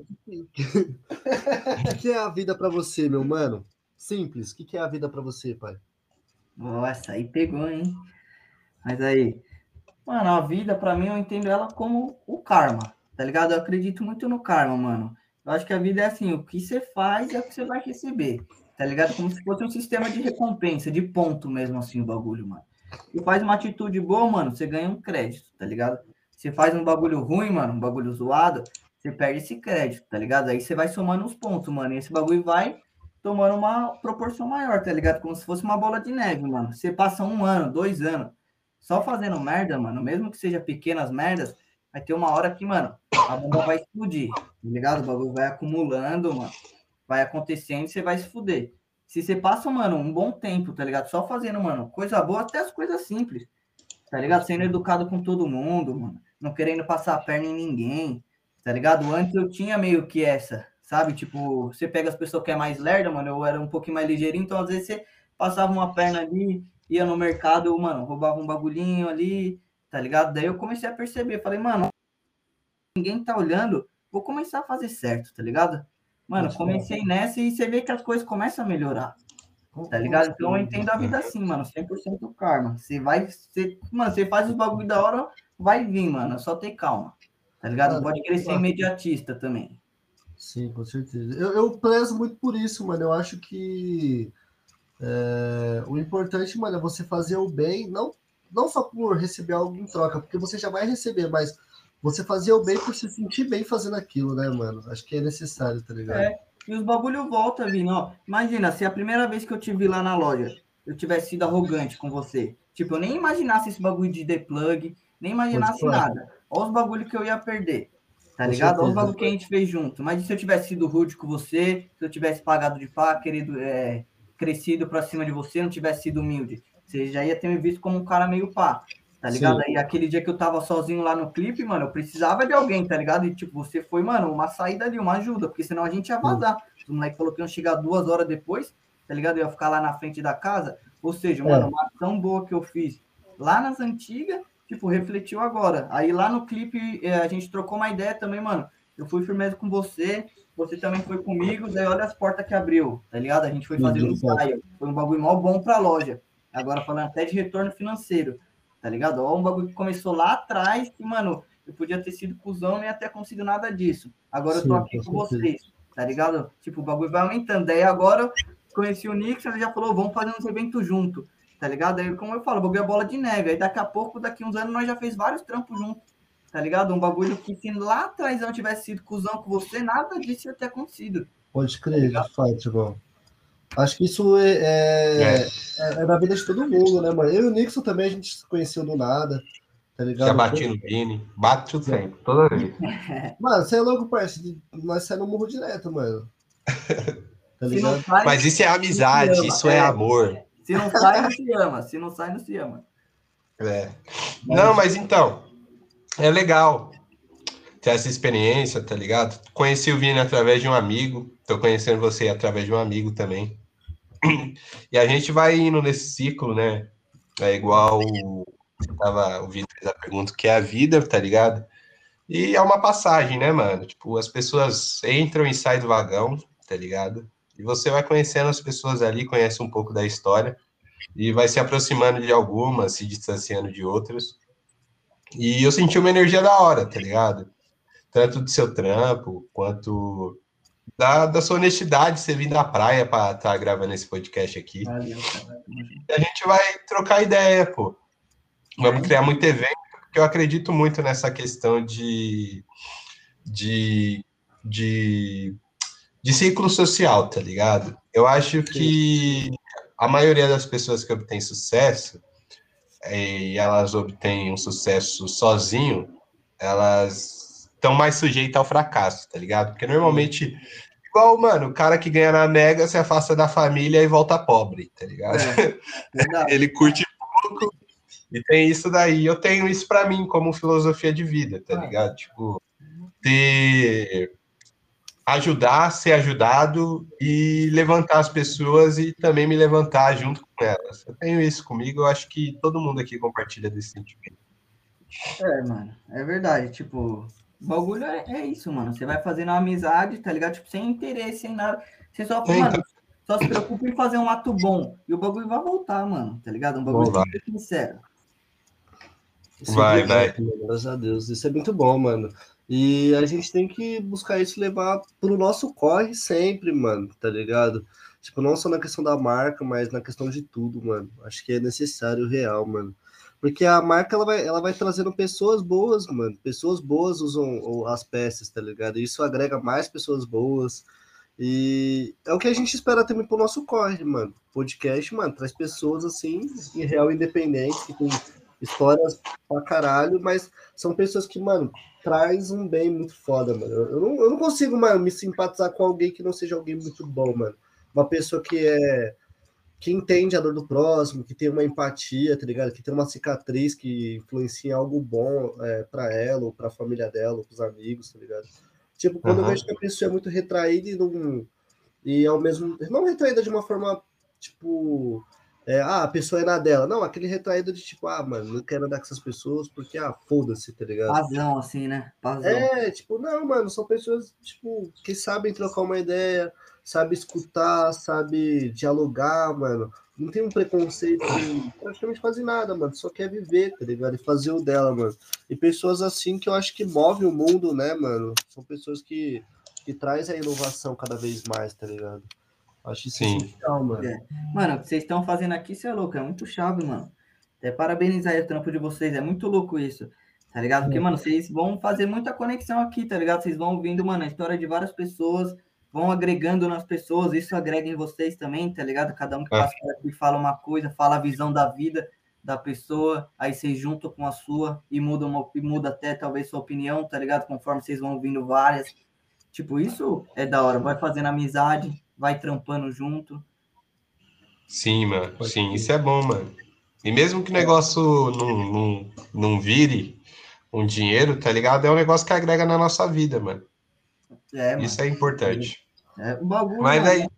Speaker 2: o que é a vida pra você, meu mano? Simples. O que é a vida pra você, pai?
Speaker 3: Nossa, aí pegou, hein? Mas aí, mano, a vida, pra mim, eu entendo ela como o karma, tá ligado? Eu acredito muito no karma, mano. Eu acho que a vida é assim, o que você faz é o que você vai receber, tá ligado? Como se fosse um sistema de recompensa, de ponto mesmo, assim, o bagulho, mano. Você faz uma atitude boa, mano, você ganha um crédito, tá ligado? Você faz um bagulho ruim, mano, um bagulho zoado, você perde esse crédito, tá ligado? Aí você vai somando os pontos, mano, e esse bagulho vai tomando uma proporção maior, tá ligado? Como se fosse uma bola de neve, mano. Você passa 1 ano, 2 anos, só fazendo merda, mano, mesmo que seja pequenas merdas, vai ter uma hora que, mano, a bomba vai explodir, tá ligado? O bagulho vai acumulando, mano, vai acontecendo e você vai se fuder. Se você passa, mano, um bom tempo, tá ligado? Só fazendo, mano, coisa boa, até as coisas simples, tá ligado? Sendo educado com todo mundo, mano, não querendo passar a perna em ninguém, tá ligado? Antes eu tinha meio que essa, sabe? Tipo, você pega as pessoas que é mais lerda, mano, eu era um pouquinho mais ligeirinho, então às vezes você passava uma perna ali, ia no mercado, eu, mano, roubava um bagulhinho ali, tá ligado? Daí eu comecei a perceber, falei, mano, ninguém tá olhando, vou começar a fazer certo, tá ligado? Mano, comecei nessa e você vê que as coisas começam a melhorar, tá ligado? Então eu entendo a vida assim, mano, 100% karma. Mano, você faz os bagulho da hora, vai vir, mano, é só ter calma, tá ligado? Não
Speaker 2: Mano,
Speaker 3: pode querer ser imediatista também.
Speaker 2: sim, com certeza. Eu prezo muito por isso, mano. Eu acho que o importante, mano, é você fazer o bem, não só por receber algo em troca, porque você já vai receber, mas você fazer o bem por se sentir bem fazendo aquilo, né, mano? Acho que é necessário, tá ligado?
Speaker 3: É, e os bagulho volta, Vini, ó. Imagina, se a primeira vez que eu te vi lá na loja, eu tivesse sido arrogante com você. Tipo, eu nem imaginasse esse bagulho de deplugue, nem
Speaker 2: Pode
Speaker 3: imaginasse
Speaker 2: falar,
Speaker 3: nada. Olha os bagulho que eu ia perder, tá
Speaker 2: com
Speaker 3: ligado? Olha os
Speaker 2: certeza.
Speaker 3: bagulho que a gente fez junto. Mas e se eu tivesse sido rude com você, se eu tivesse pagado de pá, querido, crescido pra cima de você, não tivesse sido humilde, você já ia ter me visto como um cara meio pá. Tá ligado?
Speaker 2: Sim,
Speaker 3: Aí aquele dia que eu tava sozinho lá no clipe, mano, eu precisava de alguém, tá ligado? E tipo, você foi, mano, uma saída ali, uma ajuda, porque senão a gente ia
Speaker 2: sim.
Speaker 3: vazar. Os moleques falaram que iam chegar 2 horas depois, tá ligado? Eu ia ficar lá na frente da casa. Ou seja, mano,
Speaker 2: É,
Speaker 3: uma ação boa que eu fiz lá nas antigas, tipo, refletiu agora. Aí lá no clipe a gente trocou uma ideia também, mano. Eu fui firmeza com você, você também foi comigo, daí olha as portas que abriu, tá ligado? A gente foi fazer um ensaio, foi um bagulho mó bom pra loja. Agora falando até de retorno financeiro, tá ligado? Ó, um bagulho que começou lá atrás, que, mano, eu podia ter sido cuzão, nem ia ter conseguido nada disso. Agora eu tô aqui com vocês, tá ligado? Tipo, o bagulho vai aumentando. Daí agora conheci o Nix, ele já falou, vamos fazer uns eventos junto, tá ligado? Aí, como eu falo, o bagulho é bola de neve. Aí daqui a pouco, daqui uns anos, nós já fez vários trampos juntos, tá ligado? Um bagulho que se lá atrás eu tivesse sido cuzão com você, nada disso ia ter acontecido.
Speaker 2: Pode crer, de fato, irmão. Acho que isso é na vida de todo mundo, né, mano? Eu e o Nixon também, a gente se conheceu do nada, tá ligado?
Speaker 1: Já bati no Vini, bato sempre, toda vez.
Speaker 2: Mano, você é louco, parceiro. Nós saímos no murro direto, mano. Tá
Speaker 3: Se não
Speaker 2: ligado?
Speaker 3: sai,
Speaker 1: Mas isso é amizade, isso é amor.
Speaker 3: se não sai, não se ama. Se não sai, não se ama.
Speaker 1: É. Não, mas então, é legal ter essa experiência, tá ligado? Conheci o Vini através de um amigo, tô conhecendo você através de um amigo também. E a gente vai indo nesse ciclo, né? É igual o Vini fez a pergunta, que é a vida, tá ligado? E é uma passagem, né, mano? Tipo, as pessoas entram e saem do vagão, tá ligado? E você vai conhecendo as pessoas ali, conhece um pouco da história, e vai se aproximando de algumas, se distanciando de outras. E eu senti uma energia da hora, tá ligado? Tanto do seu trampo, quanto da sua honestidade, você vir da praia pra estar gravando esse podcast aqui.
Speaker 3: Valeu, cara.
Speaker 1: E a gente vai trocar ideia, pô. Vamos criar muito evento, porque eu acredito muito nessa questão de ciclo social, tá ligado? Eu acho que a maioria das pessoas que obtém sucesso, e elas obtêm um sucesso sozinho, elas estão mais sujeitas ao fracasso, tá ligado? Porque normalmente, igual, mano, o cara que ganha na Mega se afasta da família e volta pobre, tá ligado? Ele curte pouco e tem isso daí. Eu tenho isso pra mim como filosofia de vida, tá ligado? Tipo, ajudar, ser ajudado e levantar as pessoas e também me levantar junto com elas. Eu tenho isso comigo, eu acho que todo mundo aqui compartilha desse sentimento.
Speaker 3: Mano, é verdade. Tipo, o bagulho é isso, mano. Você vai fazendo uma amizade, tá ligado? Tipo, sem interesse, sem nada. Você só, mano, só se preocupa em fazer um ato bom. E o bagulho vai voltar, mano, tá ligado? Um bagulho sincero.
Speaker 1: Vai.
Speaker 2: Graças a Deus. Isso é muito bom, mano. E a gente tem que buscar isso e levar pro nosso corre sempre, mano, tá ligado? Tipo, não só na questão da marca, mas na questão de tudo, mano. Acho que é necessário, real, mano. Porque a marca, ela vai trazendo pessoas boas, mano. Pessoas boas usam as peças, tá ligado? E isso agrega mais pessoas boas. E é o que a gente espera também pro nosso corre, mano. Podcast, mano, traz pessoas, assim, em real independentes, que tem histórias pra caralho, mas são pessoas que, mano, traz um bem muito foda, mano. Eu não consigo, mano, me simpatizar com alguém que não seja alguém muito bom, mano. Uma pessoa que entende a dor do próximo, que tem uma empatia, tá ligado? Que tem uma cicatriz que influencia em algo bom pra ela, ou pra família dela, ou pros amigos, tá ligado? Tipo, quando eu vejo que a pessoa é muito retraída e ao mesmo... Não retraída de uma forma, tipo... a pessoa é na dela. Não, aquele retraído de tipo, mano, não quero andar com essas pessoas porque, foda-se, tá ligado?
Speaker 3: Pazão, assim, né? Pazão.
Speaker 2: Tipo, não, mano, são pessoas, tipo, que sabem trocar uma ideia, sabem escutar, sabem dialogar, mano. Não tem um preconceito em praticamente quase nada, mano. Só quer viver, tá ligado? E fazer o dela, mano. E pessoas assim que eu acho que movem o mundo, né, mano? São pessoas que trazem a inovação cada vez mais, tá ligado? Acho isso essencial, mano.
Speaker 3: Mano, o que vocês estão fazendo aqui, você é louco, é muito chave, mano. Até parabenizar aí o trampo de vocês, é muito louco isso, tá ligado? Porque, mano, vocês vão fazer muita conexão aqui, tá ligado? Vocês vão ouvindo, mano, a história de várias pessoas, vão agregando nas pessoas, isso agrega em vocês também, tá ligado? Cada um que passa por aqui fala uma coisa, fala a visão da vida da pessoa, aí vocês juntam com a sua e muda até talvez sua opinião, tá ligado? Conforme vocês vão ouvindo várias. Tipo, isso é da hora, vai fazendo amizade, vai trampando junto.
Speaker 1: Sim, mano. Sim, isso é bom, mano. E mesmo que o negócio não vire um dinheiro, tá ligado? É um negócio que agrega na nossa vida, mano. Isso é importante.
Speaker 3: O bagulho,
Speaker 1: mas
Speaker 3: mano,
Speaker 1: aí...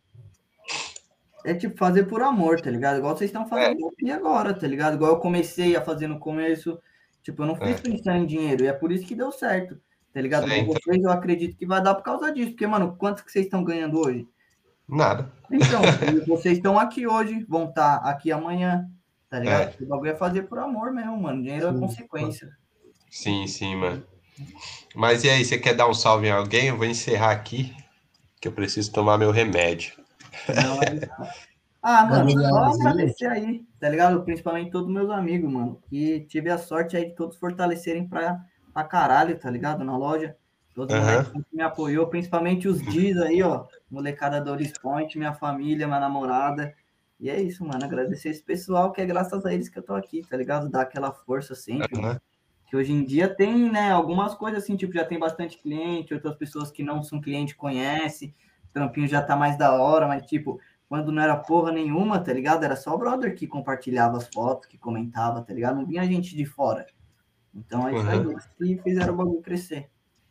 Speaker 3: é tipo fazer por amor, tá ligado? Igual vocês estão fazendo aqui agora, tá ligado? Igual eu comecei a fazer no começo. Tipo, eu não fiz pensando em dinheiro. E é por isso que deu certo, tá ligado? Mas
Speaker 1: então,
Speaker 3: vocês eu acredito que vai dar por causa disso, porque, mano, quanto que vocês estão ganhando hoje?
Speaker 1: nada.
Speaker 3: Então, e vocês estão aqui hoje, vão estar aqui amanhã, tá ligado?
Speaker 1: É.
Speaker 3: O bagulho é fazer por amor mesmo, mano. Dinheiro é
Speaker 2: Sim.
Speaker 3: consequência.
Speaker 1: Sim, mano. Mas e aí, você quer dar um salve em alguém? Eu vou encerrar aqui, que eu preciso tomar meu remédio.
Speaker 3: Não, é isso. Ah, mano, só
Speaker 2: Gabrielzinho.
Speaker 3: agradecer aí, tá ligado? Principalmente todos meus amigos, mano, que tive a sorte aí de todos fortalecerem pra caralho, tá ligado? Na loja. Todos os moleques
Speaker 1: Aham.
Speaker 3: que me apoiou, principalmente os Diz aí, ó. Molecada do Olis Point, minha família, minha namorada. E é isso, mano. Agradecer esse pessoal, que é graças a eles que eu tô aqui, tá ligado? Dar aquela força sempre.
Speaker 1: Aham.
Speaker 3: Que hoje em dia tem, né, algumas coisas assim, tipo, já tem bastante cliente, outras pessoas que não são cliente conhecem, o trampinho já tá mais da hora, mas tipo, quando não era porra nenhuma, tá ligado? Era só o brother que compartilhava as fotos, que comentava, tá ligado? Não vinha gente de fora. Então é isso aí,
Speaker 1: Aham.
Speaker 3: eles que fizeram o bagulho crescer.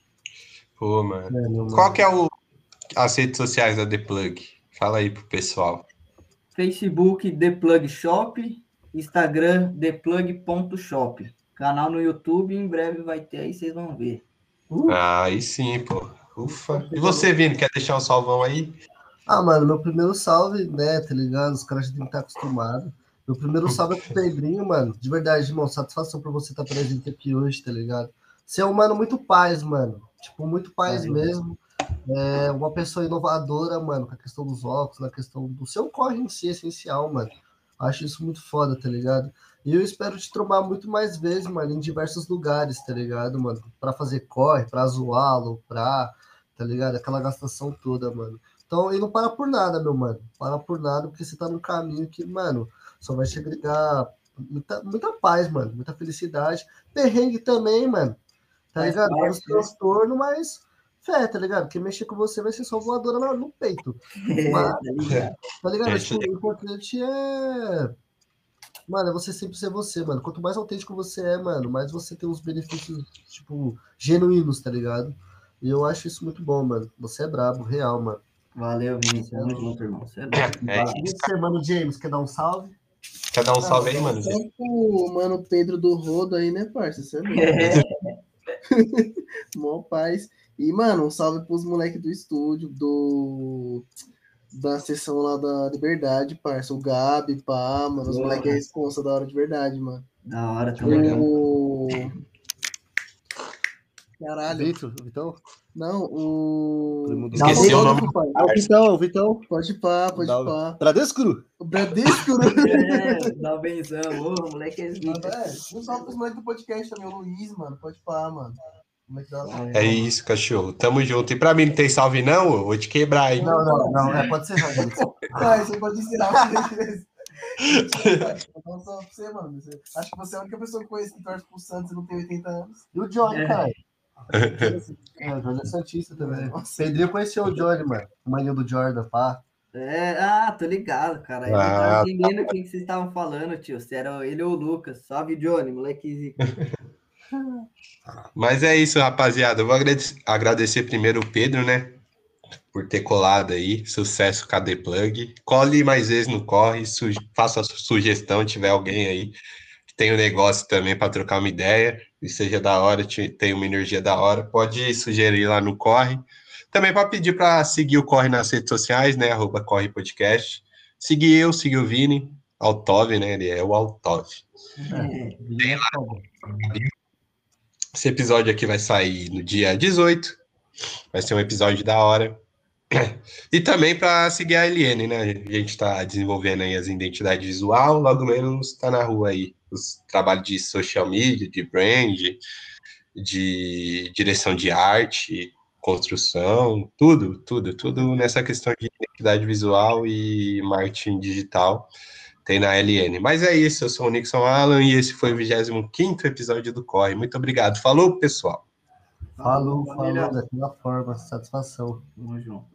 Speaker 1: Pô, mano.
Speaker 2: Meu
Speaker 1: Qual
Speaker 2: mano.
Speaker 1: que é as redes sociais da The Plug? Fala aí pro pessoal.
Speaker 3: Facebook, The Plug Shop, Instagram, theplug.shop. Canal no YouTube, em breve vai ter aí, vocês vão ver.
Speaker 1: Aí sim, pô. Ufa. E você, Vini, quer deixar um salvão aí?
Speaker 2: Ah, mano, meu primeiro salve, né, tá ligado? Os caras já têm que estar acostumados. Meu primeiro salve é pro Pedrinho, mano. De verdade, irmão, satisfação por você estar presente aqui hoje, tá ligado? Você é um mano muito paz, mano. Tipo, muito paz
Speaker 3: Valeu.
Speaker 2: mesmo. É uma pessoa inovadora, mano, com a questão dos óculos, na questão do seu corre em si, essencial, mano. Acho isso muito foda, tá ligado? E eu espero te trombar muito mais vezes, mano, em diversos lugares, tá ligado, mano? Pra fazer corre, pra zoá-lo, tá ligado? Aquela gastação toda, mano. Então, e não para por nada, meu mano. Para por nada, porque você tá num caminho que, mano, só vai te agregar muita paz, mano, muita felicidade. Perrengue também, mano. Tá
Speaker 3: Faz
Speaker 2: ligado? Vários
Speaker 3: parte, né?
Speaker 2: transtornos, mas fé, tá ligado? Quem mexer com você vai ser só voadora no peito. Mas,
Speaker 3: Tá ligado?
Speaker 2: tá ligado?
Speaker 1: Gente,
Speaker 2: Tipo, o importante é. Mano, é você sempre ser você, mano. Quanto mais autêntico você é, mano, mais você tem os benefícios, tipo, genuínos, tá ligado? E eu acho isso muito bom, mano. Você é brabo, real, mano.
Speaker 3: Valeu, Vinícius. Tamo junto, irmão. Você é louco.
Speaker 1: é
Speaker 2: E
Speaker 1: isso.
Speaker 2: você, mano, James, quer dar um salve?
Speaker 1: Quer dar um
Speaker 4: Ah,
Speaker 1: salve aí,
Speaker 4: dá um
Speaker 1: mano?
Speaker 4: salve pro mano Pedro do Rodo aí, né, parça? Você é louco.
Speaker 3: É,
Speaker 4: Mó paz. E, mano, um salve pros moleques do estúdio, da sessão lá da Liberdade, parça. O Gabi, pá, mano. Os moleques é responsa da hora de verdade, mano.
Speaker 3: da hora, tamo junto.
Speaker 4: O. Caralho.
Speaker 2: Vitor, Vitão?
Speaker 4: Não, o.
Speaker 2: Primo do-
Speaker 1: Esqueci o nome.
Speaker 4: Autógrafo, pai.
Speaker 2: Ah, o Vitão.
Speaker 4: Pode pá, pode pá.
Speaker 2: Bradesco?
Speaker 4: O Bradesco, né?
Speaker 3: É, dá um benzão. Ô, moleque é zica.
Speaker 4: Um salve pros moleques do podcast também, o Luiz, mano. Pode pá, mano. Moleque da hora.
Speaker 1: É isso, cachorro. Tamo junto. E pra mim não tem salve, não? Eu vou te quebrar, hein?
Speaker 2: Não. Pode ser, James.
Speaker 4: Vai, você pode ensinar o que Vou só pra você, mano. Acho que você é a única pessoa que conhece que torce pro Santos e não tem 80 anos.
Speaker 2: E o Johnny,
Speaker 3: É.
Speaker 2: cara? O Johnny é Santista também. Pedrinho conheceu o Johnny, mano. O maninho do Jordan, pá.
Speaker 3: Tô ligado, cara. Eu não
Speaker 1: Ah,
Speaker 3: tava entendendo o que vocês estavam falando, tio. Se era ele ou o Lucas. Salve, Johnny, moleque zica.
Speaker 1: Mas é isso, rapaziada. Eu vou agradecer primeiro o Pedro, né? Por ter colado aí. Sucesso com a The Plug. Cole mais vezes no corre. Faça a sugestão, tiver alguém aí que tem um negócio também para trocar uma ideia e seja da hora, tem uma energia da hora, pode sugerir lá no Corre. Também para pedir para seguir o Corre nas redes sociais, né? @Corre Podcast. Seguir o Vini, Altov, né? Ele é o Altov. Esse episódio aqui vai sair no dia 18. Vai ser um episódio da hora. E também para seguir a LN, né? A gente está desenvolvendo aí as identidades visual, logo menos está na rua aí. Os trabalhos de social media, de brand, de direção de arte, construção, tudo nessa questão de identidade visual e marketing digital tem na LN. Mas é isso, eu sou o Nixon Alan e esse foi o 25º episódio do Corre. Muito obrigado. Falou, pessoal!
Speaker 2: Falou,
Speaker 3: família.
Speaker 2: daquela forma, satisfação.
Speaker 3: Tamo junto.